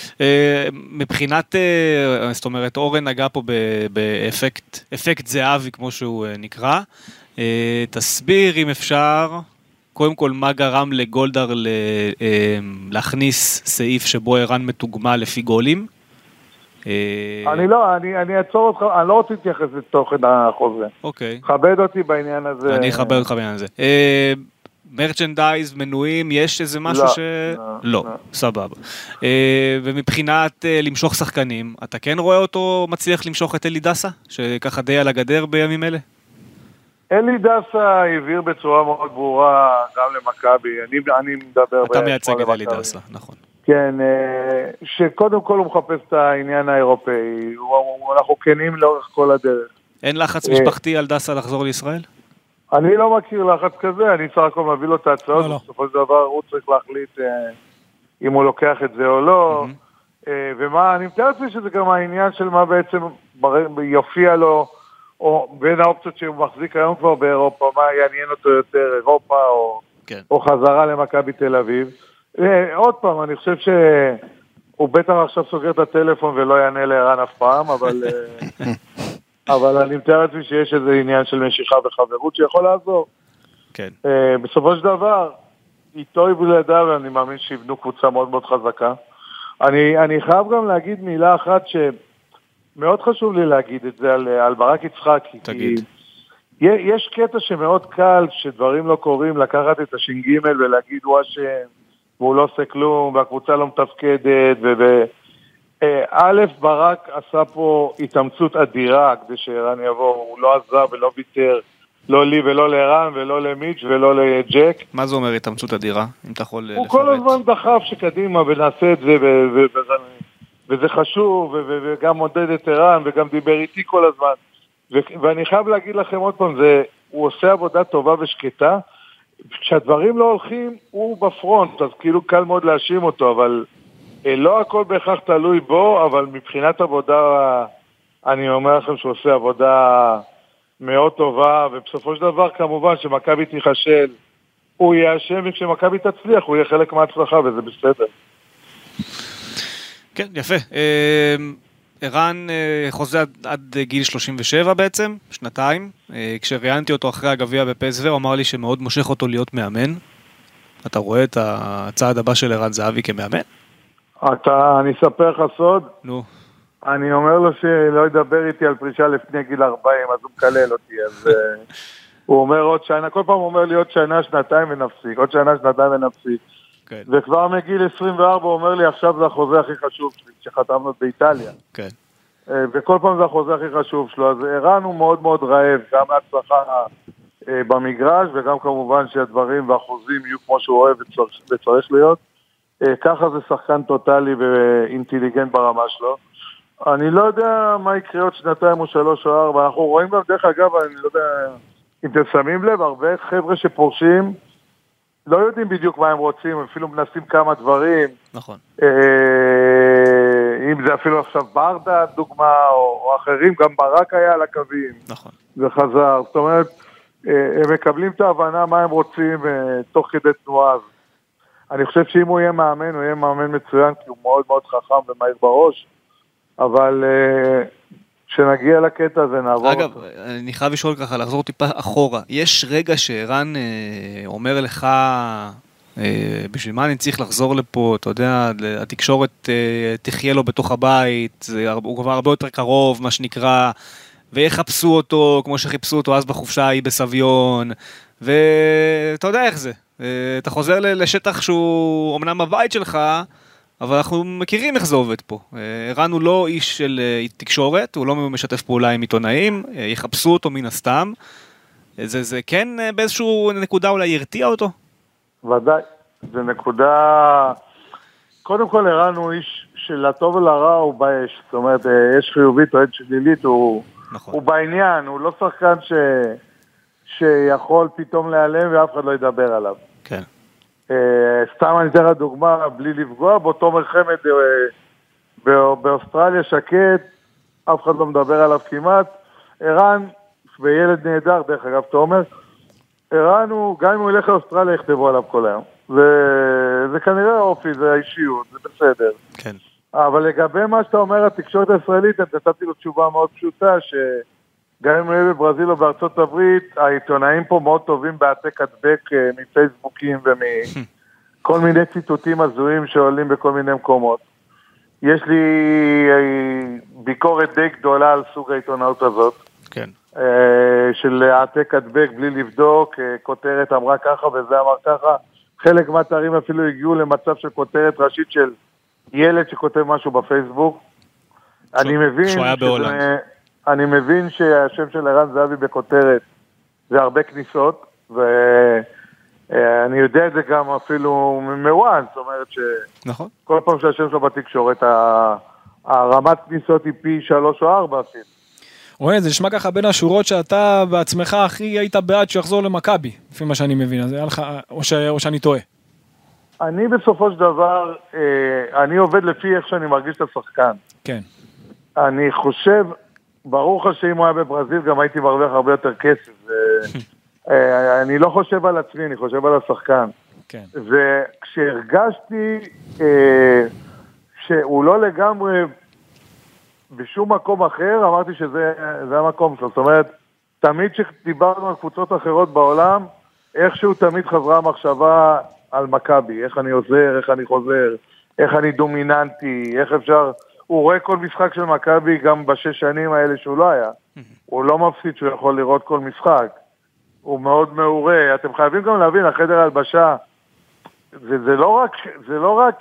מבחינת, זאת אומרת, אורן נגע פה באפקט, אפקט זהבי, כמו שהוא נקרא. תסביר אם אפשר, קודם כל, מה גרם לגולדהר להכניס סעיף שבו ערן מתוגמל לפי גולים? אני לא, אני אעצור אותך, אני לא רוצה להתייחס לתוכן החוזה. אוקיי. כבד אותי בעניין הזה. אני אכבד אותך בעניין הזה. מרצ'נדייז, מנויים, יש איזה משהו ש... לא, סבבה. ומבחינת למשוך שחקנים, אתה כן רואה אותו מצליח למשוך את אלי דסה? שככה די על הגדר בימים אלה? אלי דסה העביר בצורה מאוד ברורה גם למכבי, אני מדבר... אתה מייצג את אלי דסה, נכון. כן, שקודם כל הוא מחפש את העניין האירופאי, אנחנו כנים לאורך כל הדרך. אין לחץ משפחתי על דסה לחזור לישראל? אני לא מכיר לחץ כזה, אני צריך הכל מביא לו את ההצעות, בסופו של דבר הוא צריך להחליט אם הוא לוקח את זה או לא, ומה, אני מתאר לעצמי שזה גם העניין של מה בעצם יופיע לו, או בין האופציות שהוא מחזיק היום כבר באירופה, מה יעניין אותו יותר, אירופה או חזרה למכבי תל אביב. עוד פעם, אני חושב שהוא בטח עכשיו סוגר את הטלפון ולא יענה לערן אף פעם, אבל... אבל אני מתאר לעצמי שיש איזה עניין של משיכה וחברות שיכול לעזור. כן. בסופו של דבר, איתו ובלעדיו, ואני מאמין שיבנו קבוצה מאוד מאוד חזקה. אני, אני חייב גם להגיד מילה אחת שמאוד חשוב לי להגיד את זה על, על ברק יצחקי. תגיד. כי יש קטע שמאוד קל, שדברים לא קורים, לקחת את השינג' ולהגיד הוא אשם, והוא לא עושה כלום, והקבוצה לא מתפקדת, וב... א', ברק עשה פה התאמצות אדירה כדי שערן יבוא, הוא לא עזב ולא ויתר, לא לי ולא לערן ולא למיץ' ולא לג'ק. מה זה אומר התאמצות אדירה, אם אתה יכול לפרט? הוא כל הזמן דחף שקדימה ונעשה את זה, וזה חשוב, וגם מודד את ערן וגם דיבר איתי כל הזמן. ואני חייב להגיד לכם עוד פעם, הוא עושה עבודה טובה ושקטה, כשהדברים לא הולכים, הוא בפרונט, אז כאילו קל מאוד להאשים אותו, אבל... לא הכל בהכרח תלוי בו, אבל מבחינת עבודה, אני אומר לכם שהוא עושה עבודה מאוד טובה, ובסופו של דבר כמובן שמכבי תיחשל, הוא יהיה אשם, וכשמכבי תצליח הוא יהיה חלק מההצלחה, וזה בסדר. כן, יפה. ערן חוזה עד גיל שלושים ושבע בעצם, שנתיים. כשראיינתי אותו אחרי הגביע בפסו, הוא אמר לי שמאוד מושך אותו להיות מאמן. אתה רואה את הצעד הבא של ערן זהבי כמאמן? אתה, אני אספר לך סוד. נו. אני אומר לו שלא ידבר איתי על פרישה לפני גיל ארבעים, אז הוא מקלל אותי, אז הוא אומר עוד שנה, כל פעם הוא אומר לי עוד שנה, שנתיים ונפסיק, עוד שנה, שנתיים ונפסיק. כן. וכבר מגיל עשרים וארבע הוא אומר לי, עכשיו זה החוזה הכי חשוב שלי, שחתמנו באיטליה. כן. וכל פעם זה החוזה הכי חשוב שלו, אז ערן הוא מאוד מאוד רעב, גם ההצלחה במגרש, וגם כמובן שהדברים והחוזים יהיו כמו שהוא אוהב וצריך להיות. ככה זה שחקן טוטלי ואינטליגנט ברמה שלו. אני לא יודע מה יקרה עוד שנתיים או שלוש או ארבע, אנחנו רואים גם דרך אגב, אני לא יודע אם אתם שמים לב, הרבה חבר'ה שפורשים, לא יודעים בדיוק מה הם רוצים, הם אפילו מנסים כמה דברים. נכון. אם זה אפילו עכשיו ברדה, דוגמה, או, או אחרים, גם ברק היה על הקווים. נכון. וחזר. זאת אומרת, הם מקבלים את ההבנה מה הם רוצים תוך כדי תנועה. אני חושב שאם הוא יהיה מאמן, הוא יהיה מאמן מצוין, כי הוא מאוד מאוד חכם ומהיר בראש, אבל כשנגיע לקטע הזה נעבור. אגב, אני חייב לשאול ככה, לחזור טיפה אחורה. יש רגע שערן אומר לך, בשביל מה אני צריך לחזור לפה, אתה יודע, התקשורת תחיה לו בתוך הבית, הוא כבר הרבה יותר קרוב, מה שנקרא, ויחפשו אותו, כמו שחיפשו אותו אז בחופשה ההיא בסביון, ואתה יודע איך זה. אתה חוזר לשטח שהוא אמנם הבית שלך, אבל אנחנו מכירים איך זה עובד פה. ערן הוא לא איש של תקשורת, הוא לא משתף פעולה עם עיתונאים, יחפשו אותו מן הסתם. זה, זה כן באיזשהו נקודה אולי ירתיע אותו? ודאי, זה נקודה... קודם כל ערן הוא איש של הטוב ולרע הוא באש. זאת אומרת, יש חיובית או עד שלילית, הוא, נכון. הוא בעניין, הוא לא שחקן ש... שיכול פתאום להיעלם ואף אחד לא ידבר עליו. כן. סתם אני אתן לך דוגמה, בלי לפגוע, בו תומר חמד באוסטרליה שקט, אף אחד לא מדבר עליו כמעט. ערן, וילד נהדר, דרך אגב, תומר, ערן הוא, גם אם הוא ילך לאוסטרליה, יכתבו עליו כל היום. זה כנראה אופי, זה האישיות, זה בסדר. כן. אבל לגבי מה שאתה אומר, התקשורת הישראלית, אני נתתי לו תשובה מאוד פשוטה, שגם אם הוא יהיה בברזיל או בארצות הברית, העיתונאים פה מאוד טובים בהעתק הדבק מפייסבוקים ומכל מיני ציטוטים הזויים שעולים בכל מיני מקומות. יש לי ביקורת די גדולה על סוג העיתונאות הזאת. כן. של העתק הדבק בלי לבדוק, כותרת אמרה ככה וזה אמר ככה. חלק מהתארים אפילו הגיעו למצב של כותרת ראשית של ילד שכותב משהו בפייסבוק. אני מבין שהוא היה בהולנד. אני מבין שהשם של ערן זהבי בכותרת זה הרבה כניסות, ואני יודע את זה גם אפילו מוואן, זאת אומרת שכל פעם שהשם שלו בתקשורת, הרמת כניסות היא פי שלוש או ארבע אפילו. רואה, זה נשמע ככה בין השורות שאתה בעצמך הכי היית בעד שיחזור למכבי, לפי מה שאני מבין, אז היה לך, או, ש, או שאני טועה. אני בסופו של דבר, אני עובד לפי איך שאני מרגיש את השחקן. כן. אני חושב, ברור לך שאם הוא היה בברזיל, גם הייתי מרוויח הרבה יותר כסף. אני לא חושב על עצמי, אני חושב על השחקן. כן. וכשהרגשתי שהוא לא לגמרי בשום מקום אחר, אמרתי שזה זה המקום שלו. זאת אומרת, תמיד שדיברנו על קבוצות אחרות בעולם, איכשהו תמיד חזרה המחשבה על מכבי, איך אני עוזר, איך אני חוזר, איך אני דומיננטי, איך אפשר... הוא רואה כל משחק של מכבי גם בשש שנים האלה שהוא לא היה. הוא לא מפסיד שהוא יכול לראות כל משחק. הוא מאוד מעורה. אתם חייבים גם להבין, החדר הלבשה, זה, זה לא רק... זה לא רק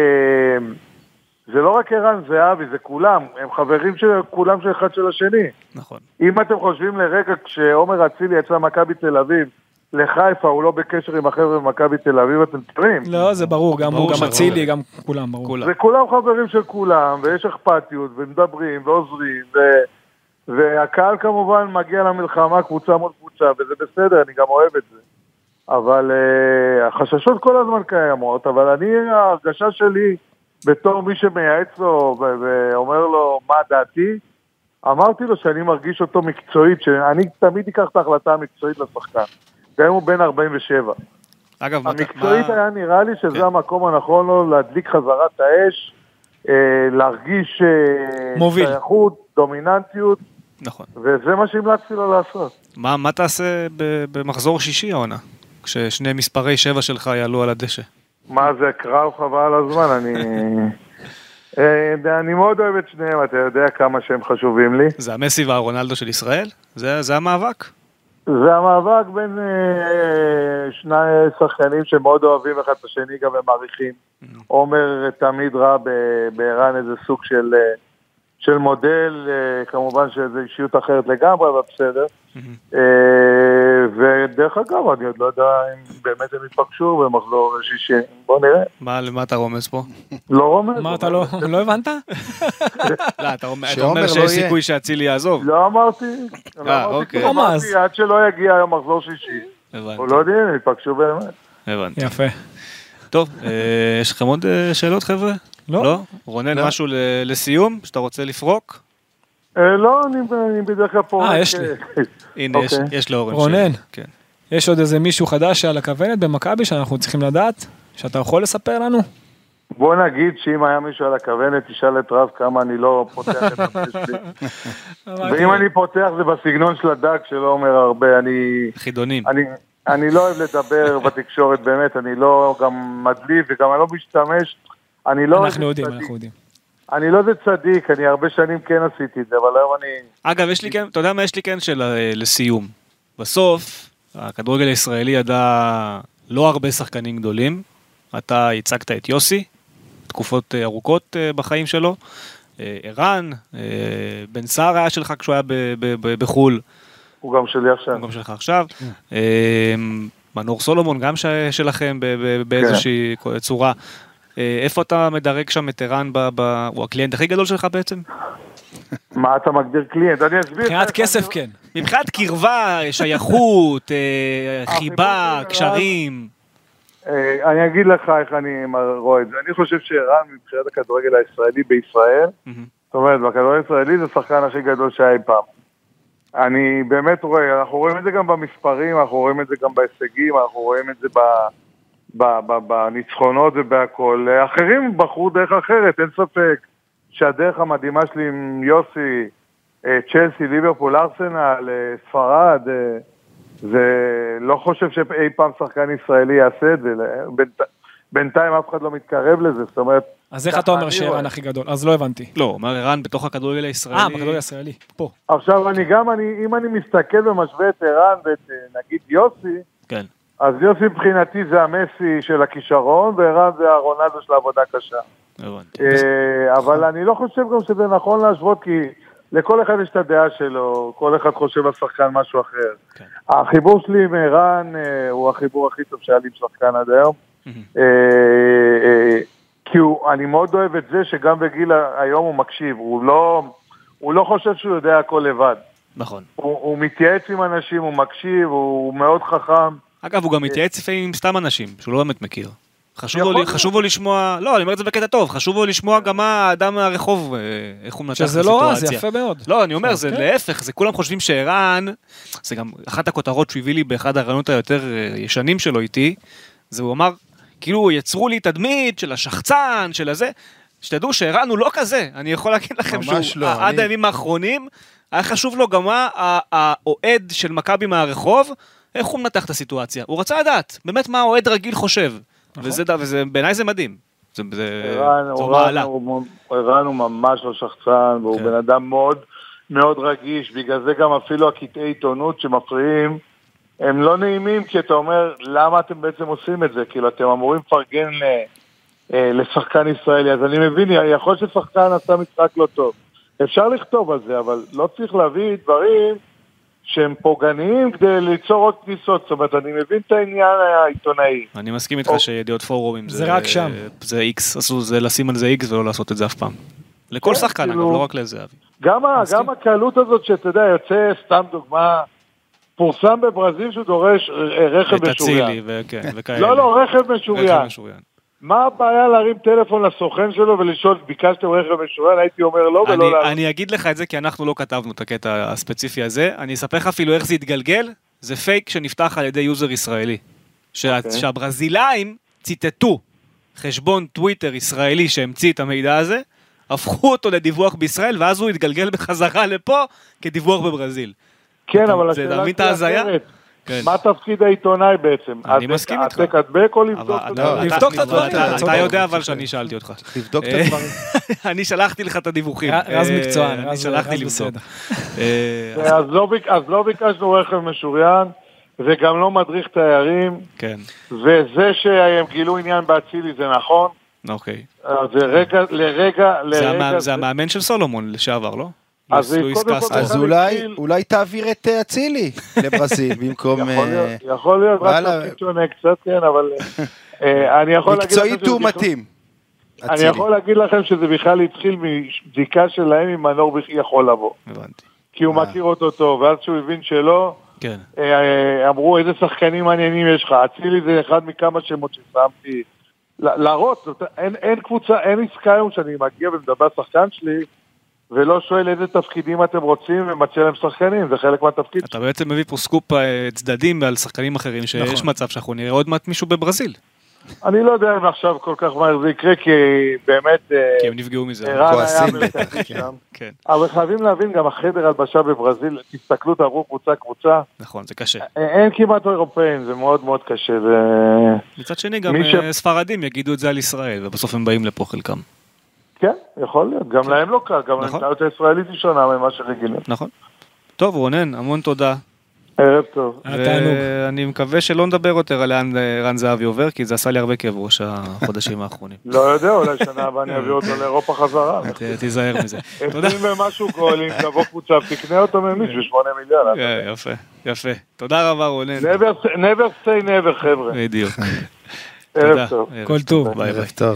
זה לא רק ערן זהבי, זה כולם. הם חברים של כולם של אחד של השני. נכון. אם אתם חושבים לרגע, כשעומר אצילי יצא מכבי תל אביב, לחיפה, הוא לא בקשר עם החבר'ה במכבי תל אביב, אתם תראים. לא, זה ברור, גם הוא, גם אצילי, גם כולם, ברור. זה כולם חברים של כולם, ויש אכפתיות, ומדברים, ועוזרים, ו... והקהל כמובן מגיע למלחמה, קבוצה מול קבוצה, וזה בסדר, אני גם אוהב את זה. אבל uh, החששות כל הזמן קיימות, אבל אני, ההרגשה שלי, בתור מי שמייעץ לו, ואומר לו מה דעתי, אמרתי לו שאני מרגיש אותו מקצועית, שאני תמיד אקח את ההחלטה המקצועית לשחקן. גם הוא בן ארבעים ושבע. אגב, המקצועית מה... היה נראה לי שזה כן. המקום הנכון לו להדליק חזרת האש, אה, להרגיש מוביל. שייכות, דומיננטיות, נכון. וזה מה שהמלצתי לו לעשות. מה, מה תעשה במחזור שישי העונה, כששני מספרי שבע שלך יעלו על הדשא? מה זה, קרב חבל על הזמן, אני... אני מאוד אוהב את שניהם, אתה יודע כמה שהם חשובים לי. זה המסי והרונלדו של ישראל? זה, זה המאבק? זה המאבק בין אה, שני שחקנים שמאוד אוהבים אחד את השני, גם הם מעריכים. עומר תמיד ראה בערן איזה סוג של, של מודל, כמובן שזו אישיות אחרת לגמרי, אבל בסדר. ודרך אגב, אני עוד לא יודע אם באמת הם יתפגשו במחזור שישי. בוא נראה. מה, למה אתה רומז פה? לא רומז. מה, אתה לא הבנת? לא, אתה אומר שיש סיכוי שאצילי יעזוב. לא אמרתי. אה, אוקיי. אמרתי, עד שלא יגיע היום מחזור שישי. הוא לא יודע, הם יתפגשו באמת. הבנתי. יפה. טוב, יש לכם עוד שאלות, חבר'ה? לא? רונן, משהו לסיום, שאתה רוצה לפרוק? לא, אני בדרך כלל פה. אה, יש לי. הנה, יש לאורן. רונן, יש עוד איזה מישהו חדש על הכוונת במכבי שאנחנו צריכים לדעת? שאתה יכול לספר לנו? בוא נגיד שאם היה מישהו על הכוונת, תשאל את רב כמה אני לא פותח את הפסק שלי. ואם אני פותח זה בסגנון של הדג שלא אומר הרבה, אני... חידונים. אני לא אוהב לדבר בתקשורת באמת, אני לא גם מדליב וגם אני לא משתמש, אני לא... אנחנו יודעים, אנחנו יודעים. אני לא זה צדיק, אני הרבה שנים כן עשיתי את זה, אבל היום אני... אגב, יש לי כן, אתה יודע מה יש לי כן של לסיום. בסוף, הכדורגל הישראלי ידע לא הרבה שחקנים גדולים, אתה הצגת את יוסי, תקופות ארוכות בחיים שלו, ערן, בן סער היה שלך כשהוא היה בחול, הוא גם שלי עכשיו. הוא גם שלך עכשיו. מנור סולומון גם שלכם באיזושהי צורה. איפה אתה מדרג שם את ערן, הוא הקליינט הכי גדול שלך בעצם? מה אתה מגדיר קליינט? אני אסביר. מבחינת כסף כן. מבחינת קרבה, שייכות, חיבה, קשרים. אני אגיד לך איך אני רואה את זה. אני חושב שערן מבחינת הכדורגל הישראלי בישראל, זאת אומרת, בכדורגל הישראלי זה שחקן הכי גדול שהיה פעם. אני באמת רואה, אנחנו רואים את זה גם במספרים, אנחנו רואים את זה גם בהישגים, אנחנו רואים את זה בניצחונות ובהכל. אחרים בחרו דרך אחרת, אין ספק שהדרך המדהימה שלי עם יוסי, צ'לסי, ליברפול, ארסנל, ספרד, ולא חושב שאי פעם שחקן ישראלי יעשה את זה, בינתיים אף אחד לא מתקרב לזה, זאת אומרת... אז איך אתה אומר שערן הכי גדול? אז לא הבנתי. לא, אומר ערן בתוך הכדורגל הישראלי... אה, בכדורגל הישראלי, פה. עכשיו אני גם, אם אני מסתכל ומשווה את ערן ואת נגיד יוסי, כן. אז יוסי מבחינתי זה המסי של הכישרון, וערן זה הרונלדו של העבודה קשה. הבנתי. אבל אני לא חושב גם שזה נכון להשוות, כי לכל אחד יש את הדעה שלו, כל אחד חושב על שחקן משהו אחר. החיבור שלי עם ערן הוא החיבור הכי טוב שהיה לי עם שחקן עד היום. כי אני מאוד אוהב את זה שגם בגיל היום הוא מקשיב, הוא לא, הוא לא חושב שהוא יודע הכל לבד. נכון. הוא, הוא מתייעץ עם אנשים, הוא מקשיב, הוא מאוד חכם. אגב, הוא גם מתייעץ לפעמים עם סתם אנשים, שהוא לא באמת מכיר. חשוב לו, חשוב לו לשמוע, לא, אני אומר את זה בקטע טוב, חשוב לו לשמוע גם מה האדם מהרחוב, איך הוא מנתח את הסיטואציה. שזה לא רע, זה יפה מאוד. לא, אני אומר, זה להפך, זה כולם חושבים שערן, זה גם אחת הכותרות שהוא הביא לי באחד הרעיונות היותר ישנים שלו איתי, זה הוא אמר, כאילו יצרו לי תדמית של השחצן, של הזה, שתדעו שערן הוא לא כזה, אני יכול להגיד לכם שהוא, עד הימים האחרונים, היה חשוב לו גם מה האוהד של מכבי מהרחוב, איך הוא מנתח את הסיטואציה, הוא רצה לדעת, באמת מה האוהד רגיל חושב, וזה, בעיניי זה מדהים. ערן הוא ממש לא שחצן, והוא בן אדם מאוד מאוד רגיש, בגלל זה גם אפילו הקטעי עיתונות שמפריעים, הם לא נעימים, כי אתה אומר, למה אתם בעצם עושים את זה? כאילו, אתם אמורים לפרגן לשחקן ישראלי, אז אני מבין, יכול ששחקן עשה משחק לא טוב. אפשר לכתוב על זה, אבל לא צריך להביא דברים שהם פוגעניים כדי ליצור עוד כניסות, זאת אומרת, אני מבין את העניין העיתונאי. אני מסכים איתך שידיעות פורומים זה רק שם. זה איקס, זה לשים על זה איקס ולא לעשות את זה אף פעם. לכל שחקן, אגב, לא רק לזה, אבי. גם הקלות הזאת שאתה יודע, יוצא סתם דוגמה, פורסם בברזיל שהוא דורש רכב משוריין. לא, לא, רכב משוריין. מה הבעיה להרים טלפון לסוכן שלו ולשאול, ביקשתם רכב משוריין, הייתי אומר לא ולא להרים. אני אגיד לך את זה, כי אנחנו לא כתבנו את הקטע הספציפי הזה, אני אספר לך אפילו איך זה יתגלגל, זה פייק שנפתח על ידי יוזר ישראלי. שהברזילאים ציטטו חשבון טוויטר ישראלי שהמציא את המידע הזה, הפכו אותו לדיווח בישראל, ואז הוא יתגלגל בחזרה לפה כדיווח בברזיל. כן, אבל השאלה היא אחרת. מה תפקיד העיתונאי בעצם? אני מסכים איתך. העתק הדבק או לבדוק את הדברים? לבדוק את הדברים. אתה יודע אבל שאני שאלתי אותך. לבדוק את הדברים. אני שלחתי לך את הדיווחים. רז מקצוען. אני שלחתי לבדוק. אז לא ביקשנו רכב משוריין, וגם לא מדריך תיירים. כן. וזה שהם גילו עניין באצילי זה נכון. אוקיי. לרגע, לרגע, לרגע... זה המאמן של סולומון לשעבר, לא? אז אולי, אולי תעביר את אצילי לברזיל במקום... יכול להיות, רק תפקיד שונה קצת, כן, אבל... אני יכול להגיד לכם... מקצועית הוא מתאים. אני יכול להגיד לכם שזה בכלל התחיל מבדיקה שלהם אם מנור יכול לבוא. הבנתי. כי הוא מכיר אותו טוב, ואז שהוא הבין שלא, אמרו איזה שחקנים מעניינים יש לך. אצילי זה אחד מכמה שמות ששמתי להראות. אין קבוצה, אין עסקה היום שאני מגיע ומדבר שחקן שלי, ולא שואל איזה תפקידים אתם רוצים ומציע להם שחקנים, זה חלק מהתפקיד. אתה בעצם מביא פה סקופ צדדים על שחקנים אחרים, שיש מצב שאנחנו נראה עוד מעט מישהו בברזיל. אני לא יודע אם עכשיו כל כך מהר זה יקרה, כי באמת... כי הם נפגעו מזה. כועסים בטח. אבל חייבים להבין, גם החדר הלבשה בברזיל, תסתכלו, תעברו קבוצה קבוצה. נכון, זה קשה. אין כמעט אירופאים, זה מאוד מאוד קשה. מצד שני, גם ספרדים יגידו את זה על ישראל, ובסוף הם באים לפה חלקם. כן, יכול להיות. גם להם לא קל, גם למציאות הישראלית היא שונה ממה שרגילים. נכון. טוב, רונן, המון תודה. ערב טוב. ואני מקווה שלא נדבר יותר על לאן רן זהבי עובר, כי זה עשה לי הרבה כאב ראש החודשים האחרונים. לא יודע, אולי שנה הבאה אני אביא אותו לאירופה חזרה. תיזהר מזה. עשרים ומשהו גולים, תבוא קבוצה, תקנה אותו ממיש בשמונה מיליון. יפה, יפה. תודה רבה, רונן. never say never, חבר'ה. בדיוק. ערב טוב. כל טוב. ערב טוב.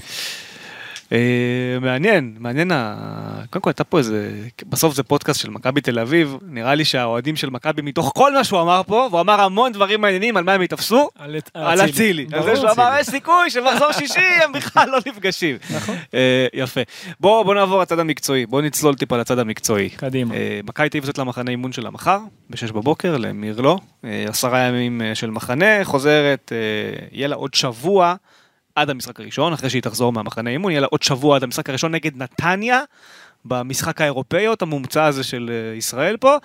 מעניין, מעניין, קודם כל הייתה פה איזה, בסוף זה פודקאסט של מכבי תל אביב, נראה לי שהאוהדים של מכבי מתוך כל מה שהוא אמר פה, והוא אמר המון דברים מעניינים על מה הם יתפסו, על אצילי, על זה שהוא אמר יש סיכוי שמחזור שישי הם בכלל לא נפגשים. יפה. בואו נעבור לצד המקצועי, בואו נצלול טיפה לצד המקצועי. קדימה. מכבי תל אביב יוצאת למחנה אימון שלה מחר, בשש בבוקר, למירלו, עשרה ימים של מחנה, חוזרת, יהיה לה עוד שבוע, עד המשחק הראשון, אחרי שהיא תחזור מהמחנה אימון, יהיה לה עוד שבוע עד המשחק הראשון נגד נתניה, במשחק האירופאיות, המומצא הזה של ישראל פה,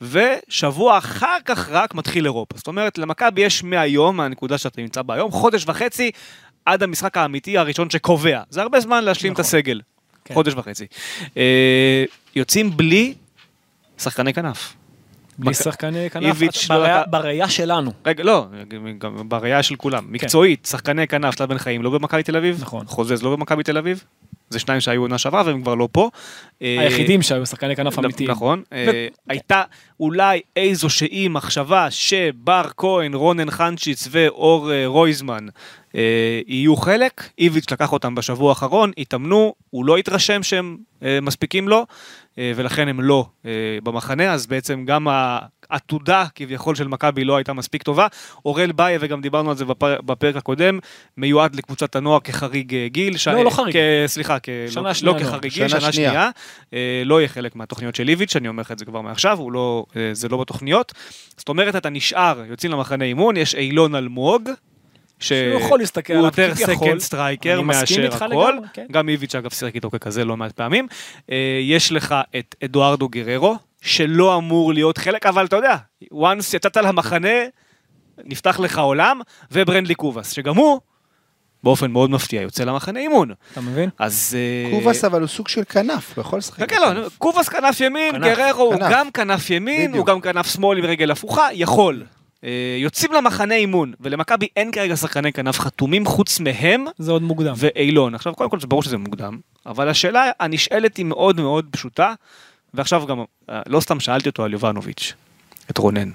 ושבוע אחר כך רק מתחיל אירופה. זאת אומרת, למכבי יש מהיום, מהנקודה שאתה נמצא בה היום, חודש וחצי, עד המשחק האמיתי הראשון שקובע. זה הרבה זמן להשלים נכון. את הסגל. כן. חודש וחצי. אה, יוצאים בלי שחקני כנף. בלי שחקני כנף, בראייה שלנו. רגע, לא, גם בראייה של כולם. מקצועית, שחקני כנף, שלב בן חיים, לא במכבי תל אביב, חוזז לא במכבי תל אביב, זה שניים שהיו עונה שעברה והם כבר לא פה. היחידים שהיו שחקני כנף אמיתיים. נכון. הייתה אולי איזושהי מחשבה שבר כהן, רונן חנצ'יץ ואור רויזמן יהיו חלק, איביץ' לקח אותם בשבוע האחרון, התאמנו, הוא לא התרשם שהם מספיקים לו, ולכן הם לא במחנה, אז בעצם גם העתודה כביכול של מכבי לא הייתה מספיק טובה. אורל באי, וגם דיברנו על זה בפר... בפרק הקודם, מיועד לקבוצת הנוער כחריג גיל. ש... לא, לא חריג. כ... סליחה, כ... שנה לא, שנייה לא כחריג גיל, שנה, שנה שנייה. שנייה. לא יהיה חלק מהתוכניות של איביץ', אני אומר לך את זה כבר מעכשיו, הוא לא... זה לא בתוכניות. זאת אומרת, אתה נשאר, יוצאים למחנה אימון, יש אילון אלמוג, שהוא יכול להסתכל עליו, הוא יותר סקנד סטרייקר מאשר הכל, גם איביץ' אגב שיחק איתו ככזה לא מעט פעמים. יש לך את אדוארדו גררו, שלא אמור להיות חלק, אבל אתה יודע, once יצאת למחנה, נפתח לך עולם, וברנדלי קובס, שגם הוא, באופן מאוד מפתיע, יוצא למחנה אימון. אתה מבין? אז... קובס אבל הוא סוג של כנף, בכל שחק. כן, לא, קובס כנף ימין, גררו הוא גם כנף ימין, הוא גם כנף שמאל עם רגל הפוכה, יכול. יוצאים למחנה אימון, ולמכבי אין כרגע שחקני כנף חתומים חוץ מהם. זה עוד מוקדם. ואילון. עכשיו, קודם כל זה ברור שזה מוקדם, אבל השאלה הנשאלת היא מאוד מאוד פשוטה, ועכשיו גם, לא סתם שאלתי אותו על יובנוביץ', את רונן.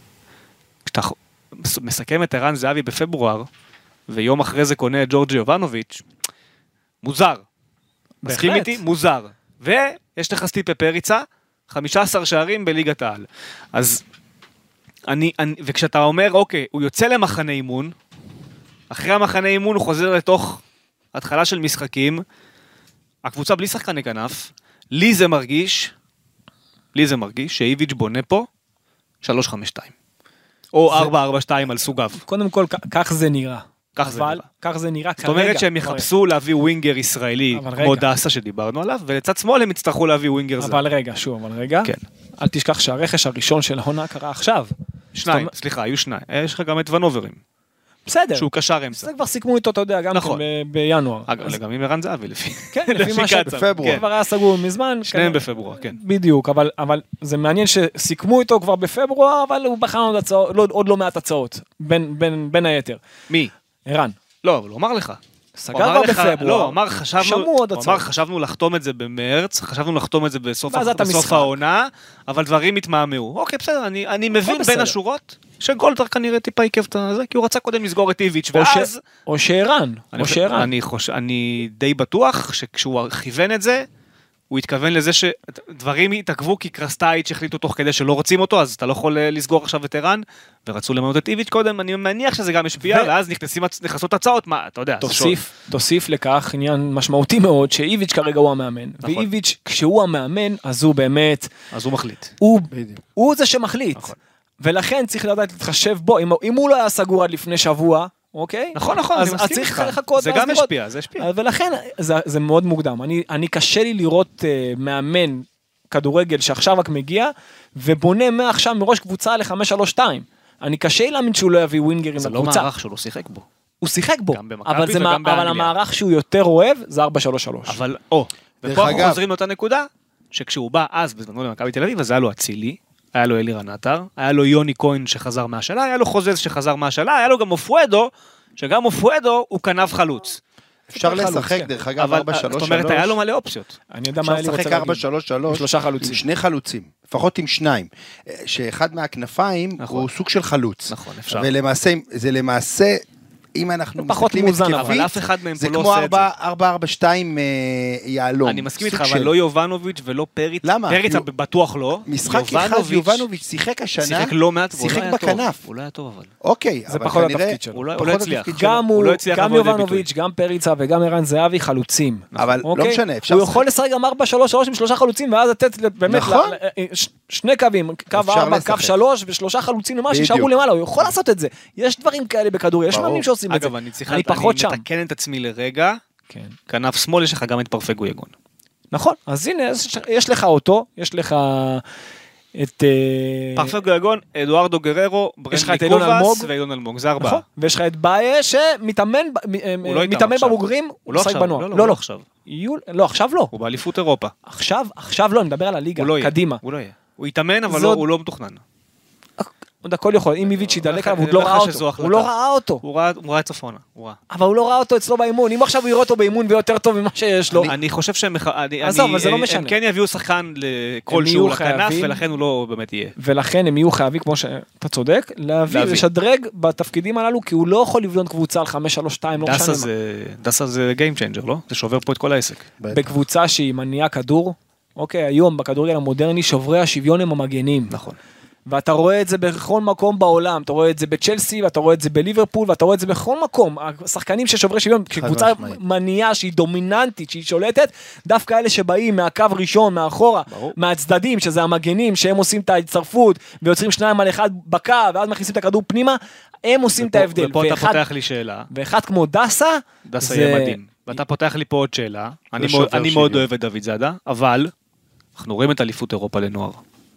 כשאתה מסכם את ערן זהבי בפברואר, ויום אחרי זה קונה את ג'ורג'י יובנוביץ', מוזר. מסכים איתי? מוזר. ויש לך סטיפה פריצה, חמישה עשר שערים בליגת העל. אז... אני, אני, וכשאתה אומר, אוקיי, הוא יוצא למחנה אימון, אחרי המחנה אימון הוא חוזר לתוך התחלה של משחקים, הקבוצה בלי שחקני כנף, לי זה מרגיש, לי זה מרגיש שאיביץ' בונה פה שלוש חמש שתיים, או ארבע ארבע שתיים על סוגיו. קודם כל, כך זה נראה. כך זה נראה. כך זה נראה כרגע. זאת אומרת שהם יחפשו להביא ווינגר ישראלי, כמו דאסה שדיברנו עליו, ולצד שמאל הם יצטרכו להביא ווינגר זה. אבל רגע, שוב, אבל רגע. כן. אל תשכח שהרכש הראשון של העונה קרה עכשיו. שניים, סליחה, היו שניים. יש לך גם את ונוברים. בסדר. שהוא קשר אמצע. זה כבר סיכמו איתו, אתה יודע, גם בינואר. אגב, גם עם ערן זהבי, לפי... כן, לפי מה שבפברואר. כבר היה סגור מזמן. שניהם בפברואר, כן. בדיוק, אבל זה מעניין שסיכמו איתו כבר בפברואר, אבל הוא בחר עוד לא מעט הצעות, בין היתר. מי? ערן. לא, אבל הוא אמר לך. סגר כבר בפברואר. לא, הוא אמר, חשבנו, שמעו עוד הוא הצעות. אמר, חשבנו לחתום את זה במרץ, חשבנו לחתום את זה בסוף, ואז אתה בסוף משחק. העונה, אבל דברים התמהמהו. אוקיי, בסדר, אני, אני מבין בסדר. בין השורות, שגולדהר כנראה טיפה עיכב את זה, כי הוא רצה קודם לסגור את איביץ', או ש- ואז... או שערן, אני, או שערן. אני, חוש... אני די בטוח שכשהוא כיוון את זה, הוא התכוון לזה שדברים יתעכבו כי קרסטייץ' החליטו תוך כדי שלא רוצים אותו, אז אתה לא יכול לסגור עכשיו את ערן, ורצו למנות את איביץ' קודם, אני מניח שזה גם השפיע, ו- ואז נכנסים, נכנסות הצעות, מה, אתה יודע. תוסיף, תוסיף לכך עניין משמעותי מאוד, שאיביץ' כרגע הוא המאמן. נכון. ואיביץ', כשהוא המאמן, אז הוא באמת, אז הוא מחליט. הוא, בדיוק. הוא זה שמחליט. נכון. ולכן צריך לדעת להתחשב בו, אם, אם הוא לא היה סגור עד לפני שבוע, אוקיי? נכון, נכון, אז, אני אז מסכים צריך איתך. לחכות. זה ואז גם לראות. השפיע, זה השפיע. ולכן זה, זה מאוד מוקדם. אני, אני קשה לי לראות uh, מאמן כדורגל שעכשיו רק מגיע, ובונה מעכשיו מראש קבוצה ל-חמש שלוש שתיים. אני קשה לי להאמין שהוא לא יביא ווינגרים זה לא לקבוצה. מערך שהוא לא שיחק בו. הוא שיחק בו, גם במכבי אבל, זה וגם מה, אבל באנגליה. המערך שהוא יותר אוהב זה ארבע שלוש שלוש. אבל, או, דרך ופה אנחנו אגב- חוזרים לאותה נקודה, שכשהוא בא אז בזמנו למכבי תל אביב, אז היה לו אצילי, היה לו אלירן עטר, היה לו יוני כהן שחזר מהשאלה, היה לו חוזז שחזר מהשאלה, היה לו גם אופואדו, שגם אופואדו הוא כנף חלוץ. אפשר חלוץ, לשחק, כן. דרך אגב, אבל, ארבע שלוש זאת שלוש. אומרת, היה לו מלא אופציות. אני יודע מה אפשר אני רוצה לשחק להגיד. ארבע שלוש שלוש שלושה חלוצים. עם שני חלוצים, לפחות עם שניים, שאחד מהכנפיים נכון. הוא סוג של חלוץ. נכון, אפשר. ולמעשה, זה למעשה, אם אנחנו פחות מסתכלים מאוזן, התקפית, אבל אף אחד מהם זה פה לא כמו עושה את זה. ארבע ארבע שתיים יהלום. אני מסכים סוג איתך, של- אבל לא יובנוביץ' ולא פריץ. למה? פריץ יו- בטוח לא. משחק אחד יובנוביץ' שיחק השנה, שיחק לא מעט, והוא שיחק לא היה טוב. בכנף. הוא לא היה טוב אבל. אוקיי, זה אבל פחות כנראה- התפקיד שלו. הוא לא- הוא פחות לא הצליח. התפקיד שלו. גם הוא הוא, לא הצליח גם לבוא לידי יובנוביץ', גם פריצה וגם ערן זהבי חלוצים. אבל לא אוקיי? משנה, אפשר הוא לשחק. יכול לשחק גם ארבע שלוש שלוש עם שלושה חלוצים, ואז לתת באמת נכון. ל- ל- ש- שני קווים, קו אפשר ארבע, לשחק. קו שלוש ושלושה חלוצים למעלה בדיוק. שישארו למעלה, הוא יכול לעשות את זה. יש דברים כאלה בכדורגל, יש ברור. מאמנים שעושים את זה. אגב, אני צריך... אני פחות שם. אני מתקן את עצמי לרגע, כן. כנף שמאל יש לך גם את פרפגו יגון. נכון, אז הנה, יש- יש לך אותו, יש לך את... אה, פרפגו יגון, אדוארדו גררו, יש לך ברנדלי את אילון אלמוג. קובאס ואילון אלמוג, זה ארבעה. נכון, ויש לך את באיה שמתאמן ב- מ- הוא לא איתם מתאמן עכשיו. בבוגרים, הוא הוא לא משחק עכשיו, בנוער. לא, לא, לא, הוא לא, לא עכשיו. יהיו- לא, עכשיו לא. הוא באליפות אירופה. עכשיו, עכשיו לא, אני מדבר על הליגה, הוא לא יהיה. קדימה. הוא לא יהיה. הוא יתאמן, אבל זה לא- עוד- הוא לא מתוכנן. עוד הכל יכול, אם איביץ' ידלק עליו, הוא אני לא אומר ראה לך אותו. שזו הוא החלטה. לא ראה אותו. הוא ראה- הוא ראה את צפונה, הוא ראה. אבל הוא לא ראה אותו אצלו באימון. אם עכשיו הוא יראה אותו באימון ויותר טוב ממה שיש לו. אני חושב שהם מח- אני- עזוב, אני- אבל זה לא הם משנה. כן יביאו שחקן כלשהו יהיו לכנף, חייבים. ולכן הוא לא באמת יהיה. ולכן הם יהיו חייבים, כמו שאתה צודק, להביא, להביא. לשדרג בתפקידים הללו, כי הוא לא יכול לבנות קבוצה על חמש שלוש שתיים, לא דסה משנה מה. זה- דסה זה Game Changer, לא? זה שובר פה את כל העסק. בקבוצה שהיא מניעה כדור, אוקיי, היום בכדורגל המודרני שוברי השוויון הם המגנים. נכון. ואתה רואה את זה בכל מקום בעולם, אתה רואה את זה בצ'לסי, ואתה רואה את זה בליברפול, ואתה רואה את זה בכל מקום. השחקנים ששוברי שוויון, כשקבוצה משמעית. מניעה שהיא דומיננטית, שהיא שולטת, דווקא אלה שבאים מהקו ראשון, מאחורה, ברור. מהצדדים, שזה המגנים, שהם עושים את ההצטרפות, ויוצרים שניים על אחד בקו, ואז מכניסים את הכדור פנימה, הם עושים את ופה- ההבדל. ופה אתה ואחד- פותח לי שאלה, ואחד כמו דסה, דסה זה- יהיה מדהים. ואתה פותח לי פה עוד שאלה, אני שובר מאוד- אני מאוד שוויון. אוהב את דוד זאדה, אבל אנחנו רואים את אליפות אירופה לנוער.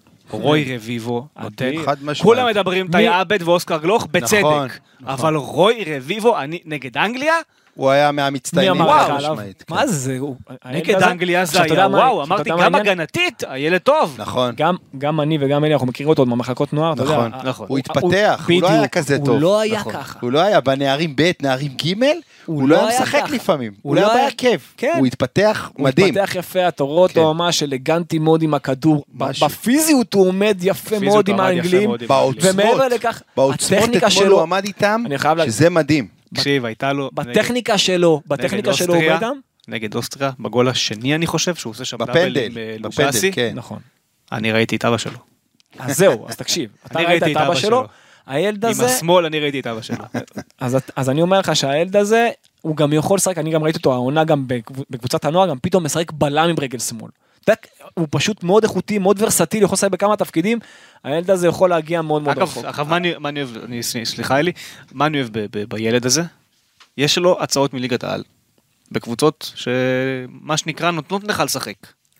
רוי רביבו נותן, אדיר. חד משמעית. כולם מדברים מי- טי עבד ואוסקר גלוך, בצדק, נכון. אבל רוי רביבו, אני נגד אנגליה, הוא היה מי מהמצטיינים, אמר לך חד עליו? משמעית, כן. מה זה? הוא- הילד נגד הזה- אנגליה זה עכשיו, אתה היה יודע מה- וואו, עכשיו, אמרתי אתה יודע גם מה העניין? הגנתית, הילד טוב. נכון. גם, גם אני וגם אלי, אנחנו מכירים אותו עוד מהמחלקות נוער, אתה יודע. נכון, נכון. הוא התפתח, הוא לא היה כזה הוא טוב. לא היה נכון. ככה. הוא לא היה בנערים ב', נערים ג', הוא לא היה משחק ככה. לפעמים, הוא הוא לא לא היה היה- בהרכב, כן. הוא התפתח הוא מדהים. התפתח יפה, אתה רואה אותו כן. ממש אלגנטי מאוד עם הכדור. משהו. בפיזיות הוא עומד יפה בפיזיות מאוד הוא עם עמד יפה האנגלים. מאוד עם בעוצמות, ומעבר לכך, בעוצמות הטכניקה אתמול שלו, הוא עמד איתם, אני חייב להגיד- שזה מדהים. תקשיב, הייתה לו... בטכניקה שלו, נגד בטכניקה שלו הוא אוסטריה, עומד גם. נגד אוסטריה, בגול השני אני חושב, שהוא עושה שם דאבל בפנדל, עם אה, בפנדל, לוקאסי. כן. נכון. אני ראיתי את אבא שלו. אז זהו, אז תקשיב. אתה אני ראית ראיתי את אבא שלו, הילד עם הזה, השמאל אני ראיתי את אבא שלו. אז, את- אז אני אומר לך שהילד הזה, הוא גם יכול לשחק, אני גם ראיתי אותו, העונה גם בקב- בקבוצת הנוער, גם פתאום משחק בלם עם רגל שמאל. אתה יודע, הוא פשוט מאוד איכותי, מאוד ורסטילי, יכול לשחק בכמה תפקידים, הילד הזה יכול להגיע מאוד מאוד אגב, רחוק. אגב, מה אני מה אני אוהב, אני- סליחה אלי, מה אני אוהב ב- ב- בילד הזה? יש לו הצעות מליגת העל, בקבוצות שמה שנקרא נותנות לך לשחק.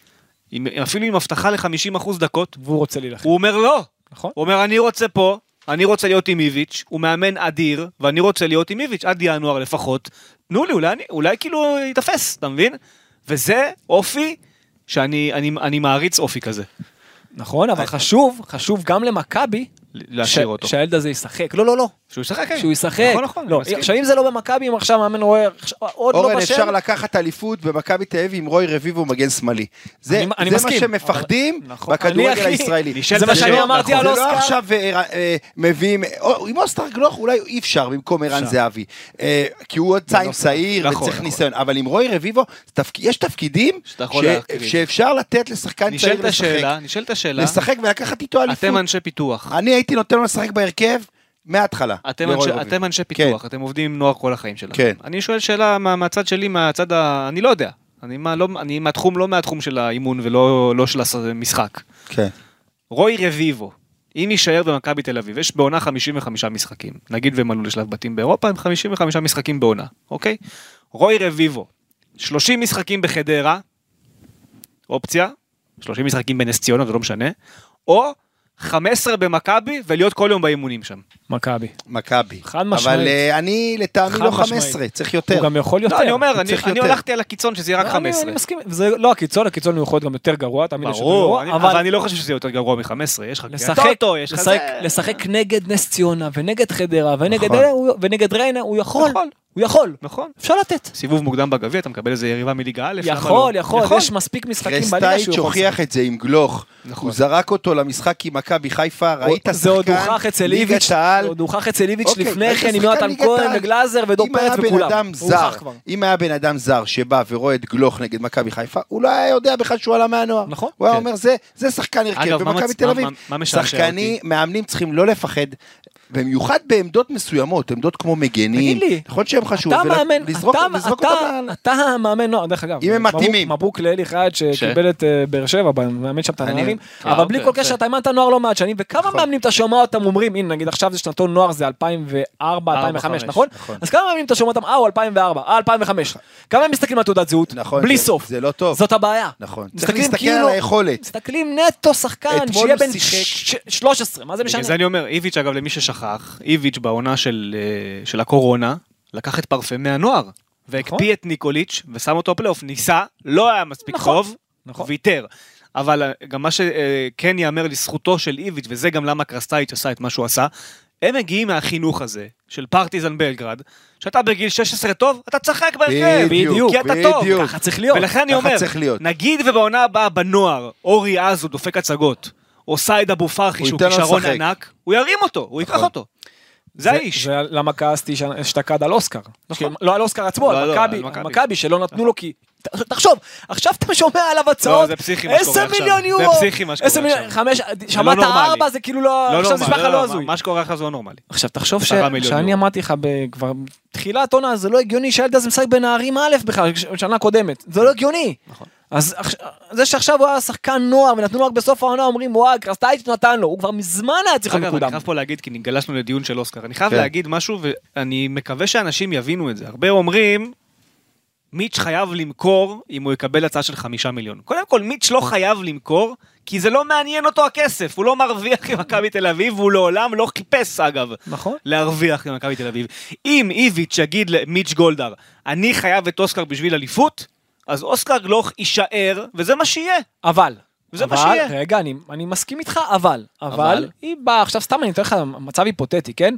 עם- אפילו עם הבטחה ל-חמישים אחוז דקות, והוא רוצה להילחם. הוא אומר לא. נכון? הוא אומר אני רוצה פה, אני רוצה להיות עם איביץ', הוא מאמן אדיר, ואני רוצה להיות עם איביץ' עד ינואר לפחות. תנו לי, אולי, אני- אולי כאילו יתפס, אתה מבין? וזה אופי שאני אני, אני מעריץ אופי כזה. נכון, אבל חשוב, חשוב גם למכבי להשאיר אותו. שהילד הזה ישחק. לא, לא, לא. שהוא ישחק. שהוא ישחק. נכון, נכון. לא, עכשיו אם זה לא במכבי, אם עכשיו מאמן רואה, עוד לא בשל. אורן, אפשר לקחת אליפות במכבי תל אביב עם רוי רביבו מגן שמאלי. זה מה שמפחדים בכדורגל הישראלי. זה מה שאני אמרתי על אוסקר. זה לא עכשיו מביאים, עם אוסטר גלוך אולי אי אפשר במקום ערן זהבי. כי הוא עוד צעיר צעיר וצריך ניסיון. אבל עם רוי רביבו, יש תפקידים שאפשר לתת לשחקן צעיר לשחק ולקחת איתו אליפות. אתם אנשי פיתוח. אני הייתי נותן לו לשחק בהרכב מההתחלה. אתם אנשי פיתוח, אתם עובדים עם נוער כל החיים שלכם. אני שואל שאלה מהצד שלי, מהצד ה... אני לא יודע. אני מהתחום, לא מהתחום של האימון ולא של המשחק. רוי רביבו, אם יישאר במכבי תל אביב, יש בעונה חמישים וחמישה משחקים. נגיד והם עלו לשלב בתים באירופה, הם חמישים וחמישה משחקים בעונה. אוקיי? רוי רביבו, שלושים משחקים בחדרה, אופציה, שלושים משחקים בנס ציונה, זה לא משנה, או חמש עשרה במכבי ולהיות כל יום באימונים שם. מכבי. מכבי. חד משמעית. אבל אני לטעמי לא חמש עשרה, צריך יותר. הוא גם יכול יותר. לא, אני אומר, אני הולכתי על הקיצון שזה יהיה רק חמש עשרה. אני מסכים, זה לא הקיצון, הקיצון הוא יכול להיות גם יותר גרוע, תאמין לי שזה גרוע, אבל אני לא חושב שזה יותר גרוע מ-חמש עשרה, יש לך טוטו, יש לך זה. לשחק נגד נס ציונה ונגד חדרה ונגד ריינה, הוא יכול. הוא יכול. נכון. אפשר לתת. סיבוב מוקדם בגביע, אתה מקבל איזה יריבה מליגה א', יכול, יכול, יש מספיק משחקים בליגה שהוא יכול. קרסטייץ' הוכיח את זה עם גלוך. הוא זרק אותו למשחק עם מכבי חיפה, ראית שחקן, ליגת העל. זה עוד הוכח אצל איביץ' לפני כן, עם יונתן כהן וגלאזר ודור פרץ וכולם. אם היה בן אדם זר שבא ורואה את גלוך נגד מכבי חיפה, הוא לא היה יודע בכלל שהוא עלה מהנוער. נכון. הוא היה אומר, זה שחקן הרכב במכבי תל אביב. שחקנים, מאמנים צריכים לא לפחד, במיוחד בעמדות מסוימות, עמדות כמו מגנים, נכון שהם חשוב, ולזרוק אותם. אתה המאמן נוער, דרך אגב, אם הם מתאימים. מבוק לאלי אחד שקיבל את באר שבע, מאמן שם את הנערים, אבל בלי כל קשר, אתה אימנת נוער לא מעט שנים, וכמה מאמנים אתה שומע אותם אומרים, הנה נגיד עכשיו זה שנתון נוער, זה אלפיים וארבע אלפיים וחמש, נכון? אז כמה מאמנים אתה שומע אותם, אה, הוא אלפיים וארבע, אה, אלפיים וחמש. כמה הם מסתכלים על תעודת זהות? בלי סוף. זה לא טוב. זאת הבעיה. נכון. צריך להסתכל על היכולת. מסתכלים נטו שחקן, שיהיה בין שלוש עשרה, מה זה משנה? זה אני אומר, איביץ' אגב למי ששכח, איביץ' בעונה של, של הקורונה, לקח את פרפמי הנוער, והקפיא את ניקוליץ' ושם אותו פלייאוף, ניסה, לא היה מספיק טוב, ויתר. אבל גם מה שכן יאמר לזכותו של איביץ', וזה גם למה קרסטייץ' עשה את מה שהוא עשה, הם מגיעים מהחינוך הזה, של פרטיזן בלגרד, שאתה בגיל שש עשרה טוב, אתה צחק בהרכב, בדיוק, כי אתה טוב, ככה צריך להיות. ולכן אני אומר, נגיד ובעונה הבאה בנוער, אורי אז הוא דופק הצגות, או סייד אבו פרחי שהוא כישרון ענק, הוא ירים אותו, הוא ייקח אותו. זה האיש. זה למה כעסתי שתקד על אוסקר. לא על אוסקר עצמו, על מכבי, שלא נתנו לו כי... תחשוב, עכשיו אתה שומע עליו הצעות, עשר מיליון יורו, זה פסיכי מה שקורה עכשיו. שמעת ארבע, זה כאילו לא, עכשיו זה שמחה לא הזוי. מה שקורה עכשיו זה לא נורמלי. עכשיו תחשוב שאני אמרתי לך כבר תחילת עונה, זה לא הגיוני שהילד הזה משחק בנערים א' בכלל, שנה קודמת, זה לא הגיוני. אז זה שעכשיו הוא היה שחקן נוער, ונתנו לו רק בסוף העונה, אומרים, וואי, קרסטייץ' נתן לו, הוא כבר מזמן היה צריך לקודם. אגב, אני חייב פה להגיד, כי נגלשנו לדיון של אוסקר, אני חייב להגיד משהו, ואני מקווה שאנשים יבינו את זה. הרבה אומרים, מיץ' חייב למכור אם הוא יקבל הצעה של חמישה מיליון. קודם כל, מיץ' לא חייב למכור, כי זה לא מעניין אותו הכסף, הוא לא מרוויח עם מכבי תל אביב, והוא לעולם לא חיפש, אגב, נכון. להרוויח עם מכבי תל אביב. אם איביץ' יגיד למיץ' גולדהר, אני חייב את אוסקר בשביל אליפות, אז אוסקר גלוך יישאר, וזה מה שיהיה. אבל, וזה אבל, מה שיהיה. רגע, אני, אני מסכים איתך, אבל, אבל, אבל, היא באה, עכשיו סתם אני אתן לך מצב היפותטי, כן?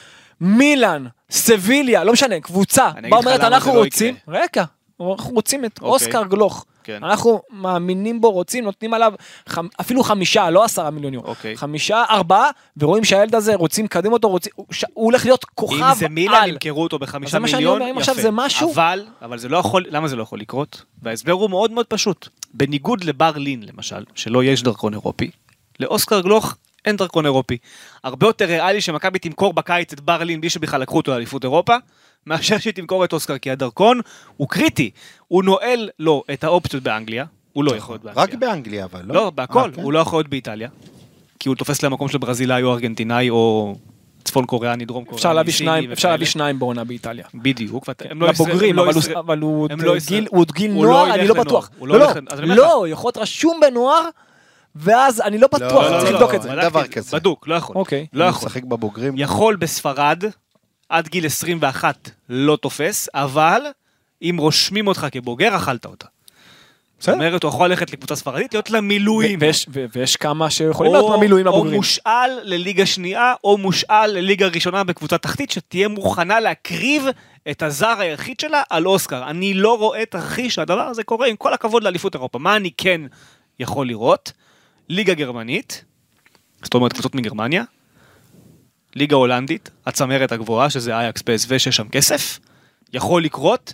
מילאן, סביליה, לא משנה, קבוצה, באה אומרת, אנחנו רוצים, לא רגע, אנחנו רוצים את אוקיי. אוסקר גלוך. כן. אנחנו מאמינים בו, רוצים, נותנים עליו חמ... אפילו חמישה, לא עשרה מיליון יורו. אוקיי. חמישה, ארבעה, ורואים שהילד הזה רוצים לקדם אותו, רוצים, הוא, ש... הוא הולך להיות כוכב על. אם זה מילאן ימכרו אותו בחמישה מיליון, יפה. עכשיו זה משהו... אבל, אבל זה לא יכול, למה זה לא יכול לקרות? וההסבר הוא מאוד מאוד פשוט. בניגוד לברלין, למשל, שלא יש דרכון אירופי, לאוסקר גלוך אין דרכון אירופי. הרבה יותר ריאלי שמכבי תמכור בקיץ את ברלין, בלי שבכלל לקחו אותו לאליפות אירופה, מאשר שתמכור את אוסקר, כי הדרכון הוא קריטי. הוא נועל לו את האופציות באנגליה, הוא לא יכול להיות באנגליה. רק באנגליה, אבל לא? לא, בהכל, הוא לא יכול להיות באיטליה, כי הוא תופס למקום של ברזילאי או ארגנטינאי או צפון קוריאני, דרום קוריאני. אפשר להביא שניים, אפשר להביא שניים בעונה באיטליה. בדיוק. לבוגרים, אבל הוא עוד גיל נוער, אני לא בטוח. לא, לא, הוא יכול להיות רשום בנוער, ואז אני לא בטוח, צריך לבדוק את זה. בדוק, לא יכול. לא יכול. משחק בבוגרים. יכול בספרד, עד גיל עשרים ואחת לא תופס, אבל אם רושמים אותך כבוגר, אכלת אותה. זאת אומרת, הוא יכול ללכת לקבוצה ספרדית, להיות לה מילואים. ויש כמה שיכולים להיות מהמילואים הבוגרים. או מושאל לליגה שנייה, או מושאל לליגה ראשונה בקבוצה תחתית, שתהיה מוכנה להקריב את הזר היחיד שלה על אוסקר. אני לא רואה תרחיש שהדבר הזה קורה, עם כל הכבוד לאליפות אירופה. מה אני כן יכול לראות? ליגה גרמנית, זאת אומרת קבוצות מגרמניה, ליגה הולנדית, הצמרת הגבוהה, שזה אייקס פס ושש שם כסף, יכול לקרות,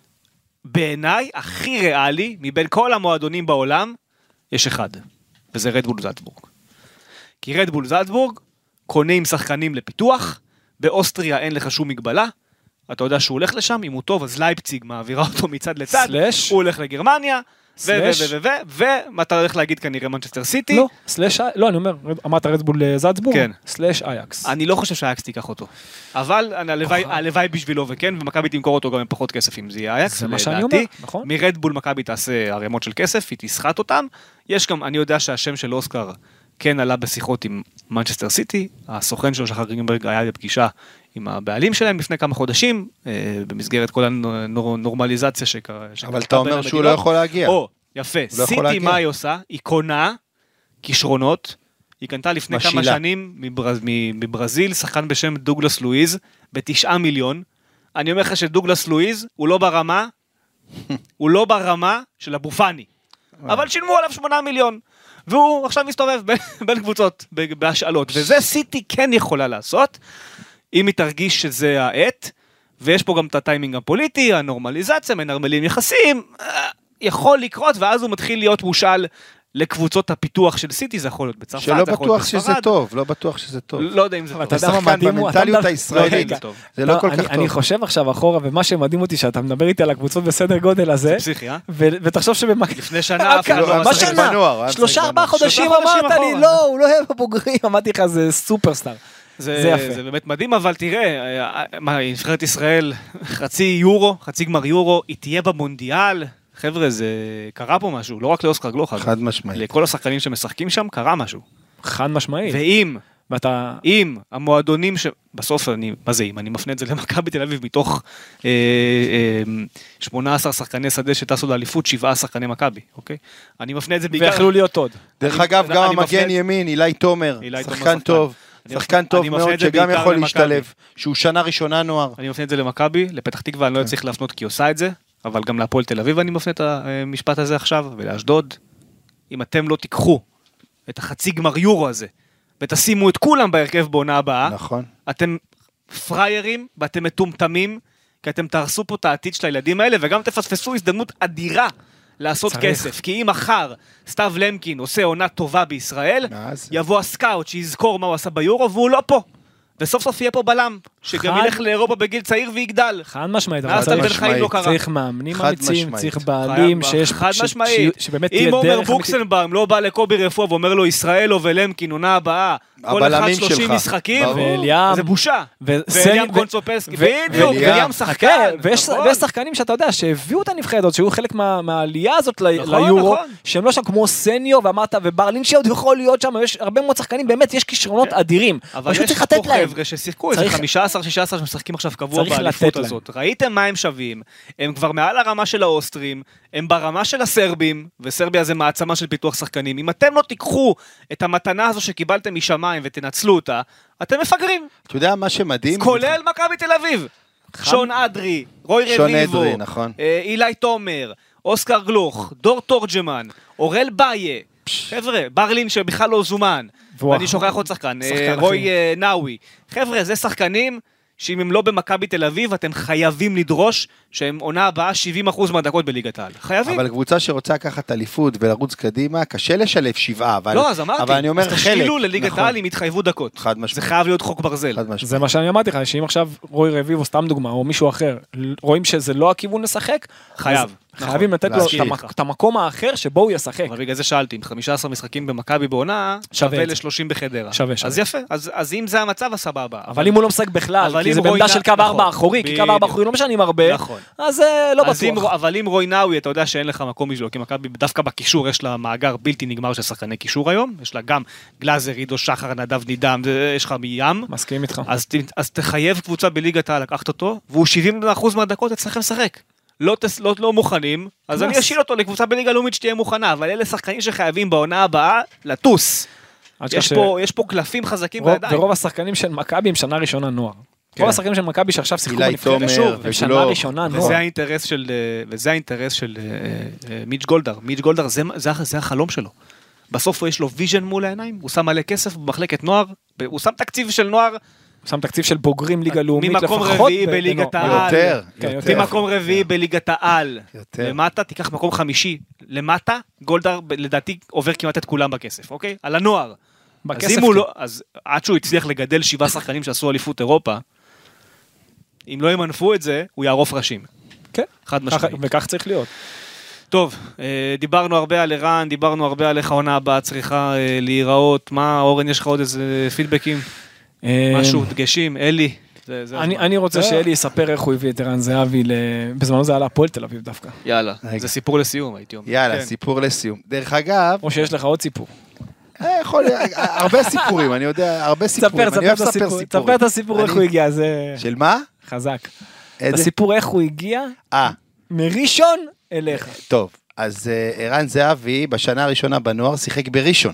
בעיניי הכי ריאלי, מבין כל המועדונים בעולם, יש אחד, וזה רדבול זלצבורג. כי רדבול זלצבורג קונה עם שחקנים לפיתוח, באוסטריה אין לך שום מגבלה, אתה יודע שהוא הולך לשם, אם הוא טוב, אז לייפציג מעבירה אותו מצד לצד, סלש, הוא הולך לגרמניה, ו ו ו ו ו ומה אתה הולך להגיד כנראה מנצ'סטר סיטי? לא, סלש, לא, אני אומר, אמרת רדבול זלצבורג, סלש אייקס. אני לא חושב שאייקס תיקח אותו. אבל הלוואי בשבילו וכן, ומכבי תמכור אותו גם עם פחות כסף אם זה יהיה אייקס. זה מה שאני אומר, נכון? מרדבול מכבי תעשה ערימות של כסף, היא תסחט אותם. יש גם, אני יודע שהשם של אוסקר כן עלה בשיחות עם מנצ'סטר סיטי, הסוכן שלו שחר גרינברג היה בפגישה עם הבעלים שלהם לפני כמה חודשים, במסגרת כל הנורמליזציה שקרה. אבל אתה אומר שהוא לא יכול להגיע. או, יפה, סיטי מה היא עושה? היא קונה כישרונות, היא קנתה לפני כמה שנים מברזיל, שחקן בשם דוגלס לואיז, בתשעה מיליון. אני אומר לך שדוגלס לואיז הוא לא ברמה, הוא לא ברמה של הבופני, אבל שילמו עליו שמונה מיליון. והוא עכשיו מסתובב בין קבוצות, בהשאלות, וזה סיטי כן יכולה לעשות, אם היא תרגיש שזה העת, ויש פה גם את הטיימינג הפוליטי, הנורמליזציה, מנרמלים יחסים, יכול לקרות, ואז הוא מתחיל להיות מושאל לקבוצות הפיתוח של סיטי, זה יכול להיות בצרפת, שלא בטוח שזה טוב, לא בטוח שזה טוב. לא יודע אם זה טוב. אתה שחקן במנטליות הישראלית, זה לא כל כך טוב. אני חושב עכשיו אחורה, ומה שמדהים אותי, שאתה מדבר איתי על הקבוצות בסדר גודל הזה, זה פסיכי, אה? ותחשוב שבמק... לפני שנה, מה שנה? שלושה ארבעה חודשים אמרת לי, לא, הוא לא אוהב הבוגרים, אמרתי לך, זה סופרסטאר. זה יפה. זה באמת מדהים, אבל תראה, נבחרת ישראל, חצי יורו, חצי גמר יורו, היא תהיה במונדיאל, חבר'ה, זה קרה פה משהו, לא רק לאוסקר גלוך, חד משמעית. לכל השחקנים שמשחקים שם, קרה משהו. חד משמעית. ואם, ואתה... אם המועדונים ש... בסוף, אני, מה זה אם? אני מפנה את זה למכבי תל אביב, מתוך אה, אה, שמונה עשר שחקני שדה שטסו לאליפות, שבעה שחקני מכבי, אוקיי? אני מפנה את זה בעיקר... ויכלו להיות עוד. דרך אגב, גם המגן ימין, אילי תומר, שחקן טוב. שחקן טוב מאוד שגם יכול להשתלב, שהוא שנה ראשונה נוער. אני מפנה את זה למכבי, לפתח תקווה, אני לא צריך להפנות כי עושה את זה, אבל גם להפועל תל אביב אני מפנה את המשפט הזה עכשיו, ולאשדוד, אם אתם לא תיקחו את החצי גמר יורו הזה, ותשימו את כולם בהרכב בעונה הבאה, נכון. אתם פריירים, ואתם מטומטמים, כי אתם תהרסו פה את העתיד של הילדים האלה, וגם תפספסו הזדמנות אדירה לעשות צריך. כסף, כי אם מחר סתיו למקין עושה עונה טובה בישראל, אז... יבוא הסקאוט שיזכור מה הוא עשה ביורו, והוא לא פה. וסוף סוף יהיה פה בלם, שגם ילך לאירופה בגיל צעיר ויגדל. חד משמעית. ואז תל בן חיים לא קרה. צריך מאמנים אמיצים, צריך בעלים, חד משמעית. אם אומר בוקסנבאום לא בא לקובי רפואה, ואומר לו ישראל או ולמקין, עונה הבאה, כל אחד שלושים משחקים, זה בושה. ואליאם קונצופסקי, בדיוק, ואליאם שחקן. ויש שחקנים שאתה יודע, שהביאו את הנבחרת הזאת, שהיו חלק מהעלייה הזאת ליורו, שהם לא שם כמו סניו, ואמרת, וברלין שעוד יכול להיות שם, יש הרבה מאוד שחקנים, באמת יש כישרונות אדירים. פשוט צריך לתת להם. חבר'ה ששיחקו, איזה חמישה עשר שישה עשר שמשחקים עכשיו קבוע באליפות הזאת. ראיתם מה הם שווים, הם כבר מעל הרמה של האוסטרים, הם ברמה של הסרבים, וסרביה זה מעצמה של פיתוח שחקנים. אם אתם לא תיקחו את המתנה הזו שקיבלתם משמיים ותנצלו אותה, אתם מפגרים. אתה יודע מה שמדהים? כולל מכבי תל אביב. שון אדרי, רוי רביבו, אילי תומר, אוסקר גלוך, דור תורג'מן, אורל באיה, חבר'ה, ברלין שבכלל לא זומן, ואני שוכח עוד שחקן, רוי נאווי. חבר'ה, זה שחקנים שאם הם לא במכבי תל אביב, אתם חייבים לדרוש שהם עונה הבאה שבעים אחוז מהדקות בליגת העל. חייבים. אבל קבוצה שרוצה לקחת אליפות ולרוץ קדימה, קשה לשלב שבעה, אבל... לא, אז אמרתי, אבל אני אומר אז תשאילו לליגת העל אם יתחייבו דקות. חד משמעית. זה חייב להיות חוק ברזל. זה מה שאני אמרתי לך, שאם עכשיו רוי רביבו, סתם דוגמה, או מישהו אחר, רואים שזה לא הכיוון לשחק, חייב. חייבים לתת לו את המקום האחר שבו הוא ישחק. אבל בגלל זה שאלתי, אם חמישה עשר משחקים במכבי בעונה, שווה ל-שלושים בחדרה. שווה, שווה. אז יפה, אז אם זה המצב, אז סבבה. אבל אם הוא לא משחק בכלל, כי זה בעמדה של קו ארבע אחורי, כי קו ארבע אחורי לא משנים הרבה, אז לא בטוח. אבל אם רוי נאווי, אתה יודע שאין לך מקום בשבילו, כי מכבי דווקא בקישור יש לה מאגר בלתי נגמר של שחקני קישור היום, יש לה גם גלאזר, עידו שחר, נדב נידם, יש לך מים. מסכים איתך. אז תחייב קבוצה בליגת העל לקחת אותו, והוא שבעים אחוז מהדקות אצלכם לשחק. לא, לא, לא מוכנים, אז אני אשיל אותו לקבוצה בליגה לאומית שתהיה מוכנה, אבל אלה שחקנים שחייבים בעונה הבאה לטוס. יש, ש... פה, יש פה קלפים חזקים רוב, בידיים. ורוב השחקנים של מכבי הם שנה ראשונה נוער. כן. רוב השחקנים של מכבי שעכשיו שיחקו בנבחרת, שוב, הם שנה ראשונה נוער. וזה האינטרס של, וזה האינטרס של מיץ' גולדהר. מיץ' גולדהר, זה, זה, זה החלום שלו. בסוף יש לו ויז'ן מול העיניים, הוא שם מלא כסף במחלקת נוער, הוא שם תקציב של נוער, הוא שם תקציב של בוגרים ליגה לאומית ממקום רביעי בליגת העל. יותר, יותר. ממקום רביעי בליגת העל. למטה, תיקח מקום חמישי. למטה, גולדהר לדעתי עובר כמעט את כולם בכסף, אוקיי? על הנוער. אז אם הוא לא, אז עד שהוא הצליח לגדל שבעה שחקנים שעשו אליפות אירופה, אם לא ימנפו את זה, הוא יערוף ראשים. כן. חד משמעית. וכך צריך להיות. טוב, דיברנו הרבה על ערן, דיברנו הרבה על איך העונה הבאה צריכה להיראות. מה, אורן, יש לך עוד איזה פידבקים? משהו, דגשים, אלי. אני רוצה שאלי יספר איך הוא הביא את ערן זהבי, בזמנו זה היה הפועל תל אביב דווקא. יאללה, זה סיפור לסיום, הייתי אומר. יאללה, סיפור לסיום. דרך אגב... או שיש לך עוד סיפור. יכול, הרבה סיפורים, אני יודע, הרבה סיפורים. אני אוהב לספר סיפורים. תספר את הסיפור איך הוא הגיע, זה... של מה? חזק. הסיפור איך הוא הגיע, מראשון אליך. טוב, אז ערן זהבי בשנה הראשונה בנוער שיחק בראשון.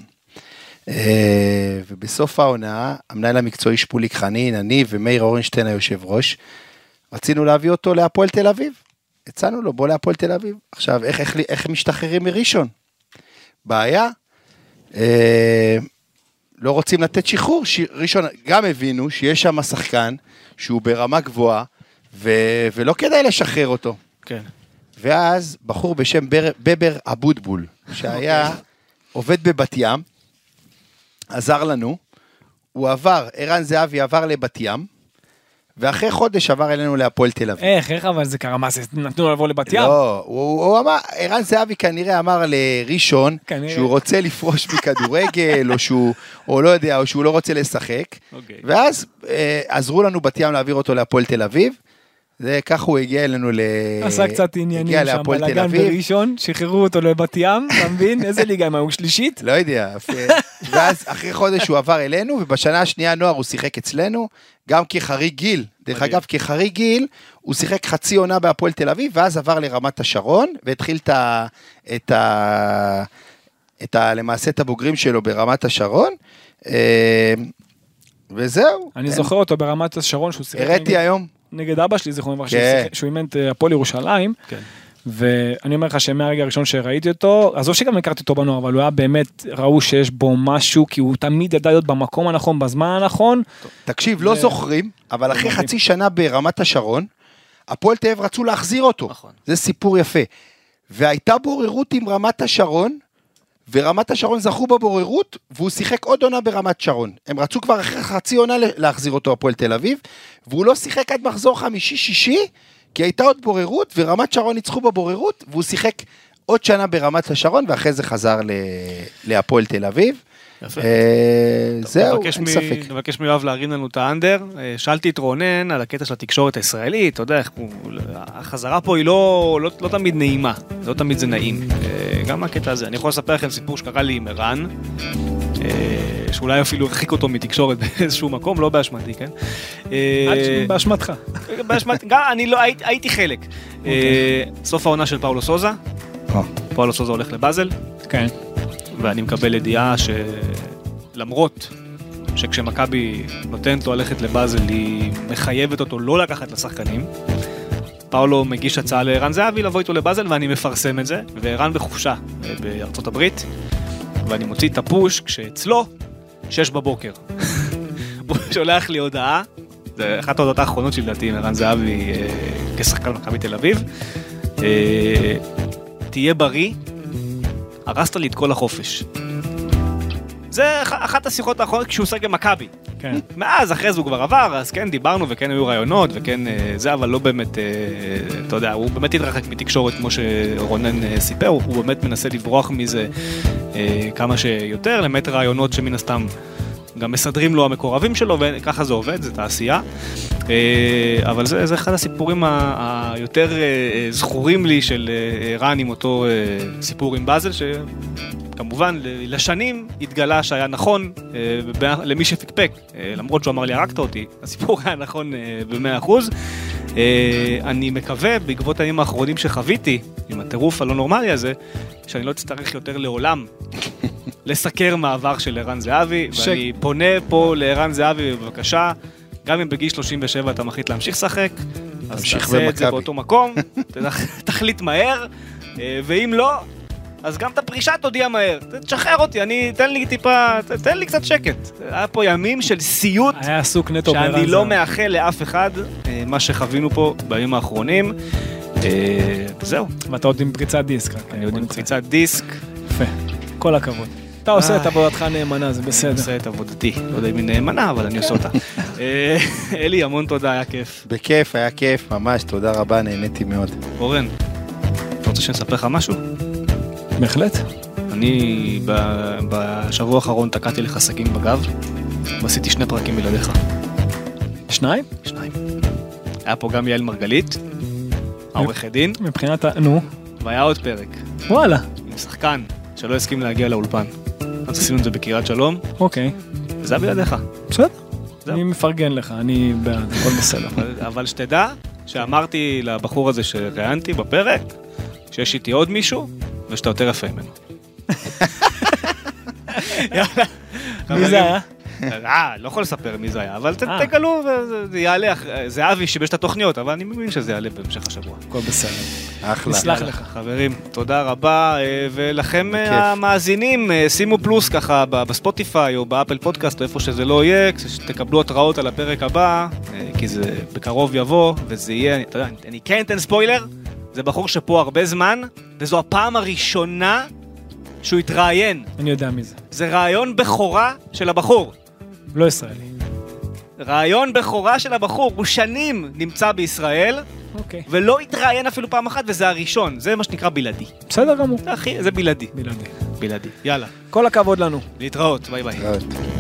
ובסוף העונה, המנהל המקצועי שפוליק חנין, אני ומאיר אורנשטיין היושב ראש, רצינו להביא אותו להפועל תל אביב. הצענו לו, בוא להפועל תל אביב. עכשיו, איך, איך, איך משתחררים מראשון? בעיה, אה, לא רוצים לתת שחרור. ש... ראשון, גם הבינו שיש שם שחקן שהוא ברמה גבוהה, ו... ולא כדאי לשחרר אותו. כן. ואז בחור בשם בר... בבר אבוטבול, שהיה עובד בבת ים, עזר לנו, הוא עבר, ערן זהבי עבר לבת ים, ואחרי חודש עבר אלינו להפועל תל אביב. איך, איך אבל זה קרה, מה זה, נתנו לו לבוא לבת ים? לא, הוא, הוא אמר, ערן זהבי כנראה אמר לראשון, כנראה. שהוא רוצה לפרוש מכדורגל, או שהוא, או לא יודע, או שהוא לא רוצה לשחק, okay. ואז אה, עזרו לנו בת ים להעביר אותו להפועל תל אביב, זה ככה הוא הגיע אלינו ל... עשה קצת עניינים שם, בלגן בראשון, שחררו אותו לבת ים, אתה מבין? איזה ליגה הם היו שלישית? לא יודע, ואז אחרי חודש הוא עבר אלינו, ובשנה השנייה נוער הוא שיחק אצלנו, גם כחריג גיל, דרך אגב כחריג גיל, הוא שיחק חצי עונה בהפועל תל אביב, ואז עבר לרמת השרון, והתחיל את ה... את ה... את ה... למעשה את הבוגרים שלו ברמת השרון, וזהו. אני זוכר אותו ברמת השרון, שהוא שיחק... הראיתי היום. נגד אבא שלי, זכרונו לברכה, שהוא אימן את הפועל ירושלים, ואני אומר לך שמהרגע הראשון שראיתי אותו, עזוב שגם הכרתי אותו בנוער, אבל הוא היה באמת, ראו שיש בו משהו, כי הוא תמיד ידע להיות במקום הנכון, בזמן הנכון. תקשיב, לא זוכרים, אבל אחרי חצי שנה ברמת השרון, הפועל תל אביב רצו להחזיר אותו. זה סיפור יפה. והייתה בוררות עם רמת השרון, ורמת השרון זכו בבוררות, והוא שיחק עוד עונה ברמת שרון. הם רצו כבר אחרי חצי עונה להחזיר אותו הפועל תל אביב, והוא לא שיחק עד מחזור חמישי-שישי, כי הייתה עוד בוררות, ורמת שרון ניצחו בבוררות, והוא שיחק עוד שנה ברמת השרון, ואחרי זה חזר להפועל תל אביב. יפה. זהו, אין ספק. נבקש מיואב להרים לנו את האנדר. שאלתי את רונן על הקטע של התקשורת הישראלית, אתה יודע, החזרה פה היא לא תמיד נעימה, לא תמיד זה נעים. גם הקטע הזה. אני יכול לספר לכם סיפור שקרה לי עם ערן, שאולי אפילו הרחיק אותו מתקשורת באיזשהו מקום, לא באשמתי, כן? באשמתך. באשמתי, גם אני לא, הייתי חלק. סוף העונה של פאולו סוזה, פאולו סוזה הולך לבאזל, כן. ואני מקבל ידיעה שלמרות שכשמכבי נותנת לו ללכת לבאזל, היא מחייבת אותו לא לקחת לשחקנים, פאולו מגיש הצעה לערן זהבי לבוא איתו לבאזל, ואני מפרסם את זה, וערן בחופשה בארצות הברית, ואני מוציא את הפוש כשאצלו שש בבוקר. הוא שולח לי הודעה, זה אחת ההודעות האחרונות של דעתי עם ערן זהבי כשחקן מכבי תל אביב, תהיה בריא, הרסת לי את כל החופש. זה אחת השיחות האחרונות כשהוא עושה גם מכבי. כן. מאז, אחרי זה הוא כבר עבר, אז כן, דיברנו וכן היו רעיונות וכן זה, אבל לא באמת, אתה יודע, הוא באמת התרחק מתקשורת כמו שרונן סיפר, הוא באמת מנסה לברוח מזה כמה שיותר, למעט רעיונות שמן הסתם גם מסדרים לו המקורבים שלו, וככה זה עובד, זה תעשייה. אבל זה, זה אחד הסיפורים היותר זכורים לי של ערן עם אותו סיפור עם באזל, שכמובן לשנים התגלה שהיה נכון למי שפקפק, למרות שהוא אמר לי הרגת אותי, הסיפור היה נכון ב-מאה אחוז. אני מקווה, בעקבות הימים האחרונים שחוויתי, עם הטירוף הלא נורמלי הזה, שאני לא אצטרך יותר לעולם לסקר מעבר של ערן זהבי, ואני פונה פה לערן זהבי, בבקשה, גם אם בגיל שלושים ושבע אתה מחליט להמשיך לשחק, אז תעשה את זה באותו מקום, תחליט מהר, ואם לא, אז גם את הפרישה תודיע מהר, תשחרר אותי, אני, תן לי טיפה, תן לי קצת שקט. היה פה ימים של סיוט, היה עסוק נטו בערן שאני לא מאחל לאף אחד, מה שחווינו פה בימים האחרונים, זהו. ואתה עוד עם פריצת דיסק. אני עוד עם פריצת דיסק. יפה, כל הכבוד. אתה עושה את עבודתך נאמנה, זה בסדר. אני עושה את עבודתי, לא יודע אם היא נאמנה, אבל אני עושה אותה. אלי, המון תודה, היה כיף. בכיף, היה כיף, ממש, תודה רבה, נהניתי מאוד. אורן, אתה רוצה שנספר לך משהו? בהחלט. אני בשבוע האחרון תקעתי לך סכין בגב, ועשיתי שני פרקים בלעדיך. שניים? שניים. היה פה גם יעל מרגלית, העורך דין. מבחינת, נו. והיה עוד פרק. וואלה. עם שחקן שלא הסכים להגיע לאולפן. אז עשינו את זה בקריית שלום. אוקיי. וזה היה בלעדיך. בסדר. אני מפרגן לך, אני בעד, הכל בסדר. אבל שתדע שאמרתי לבחור הזה שראיינתי בפרק, שיש איתי עוד מישהו, ושאתה יותר יפה ממנו. מי זה היה? אה, לא יכול לספר מי זה היה, אבל תגלו, זה יעלה, זה אבי שיבש את התוכניות, אבל אני מבין שזה יעלה בהמשך השבוע. הכל בסדר. אחלה. נסלח לך. חברים, תודה רבה, ולכם המאזינים, שימו פלוס ככה בספוטיפיי או באפל פודקאסט, או איפה שזה לא יהיה, שתקבלו התראות על הפרק הבא, כי זה בקרוב יבוא, וזה יהיה, אתה יודע, אני כן אתן ספוילר, זה בחור שפה הרבה זמן, וזו הפעם הראשונה שהוא התראיין. אני יודע מי זה. זה רעיון בכורה של הבחור. לא ישראלי. רעיון בכורה של הבחור, הוא שנים נמצא בישראל, אוקיי. ולא התראיין אפילו פעם אחת, וזה הראשון, זה מה שנקרא בלעדי. בסדר גמור. זה, אחי, זה בלעדי. בלעדי. בלעדי. יאללה. כל הכבוד לנו. להתראות, ביי ביי.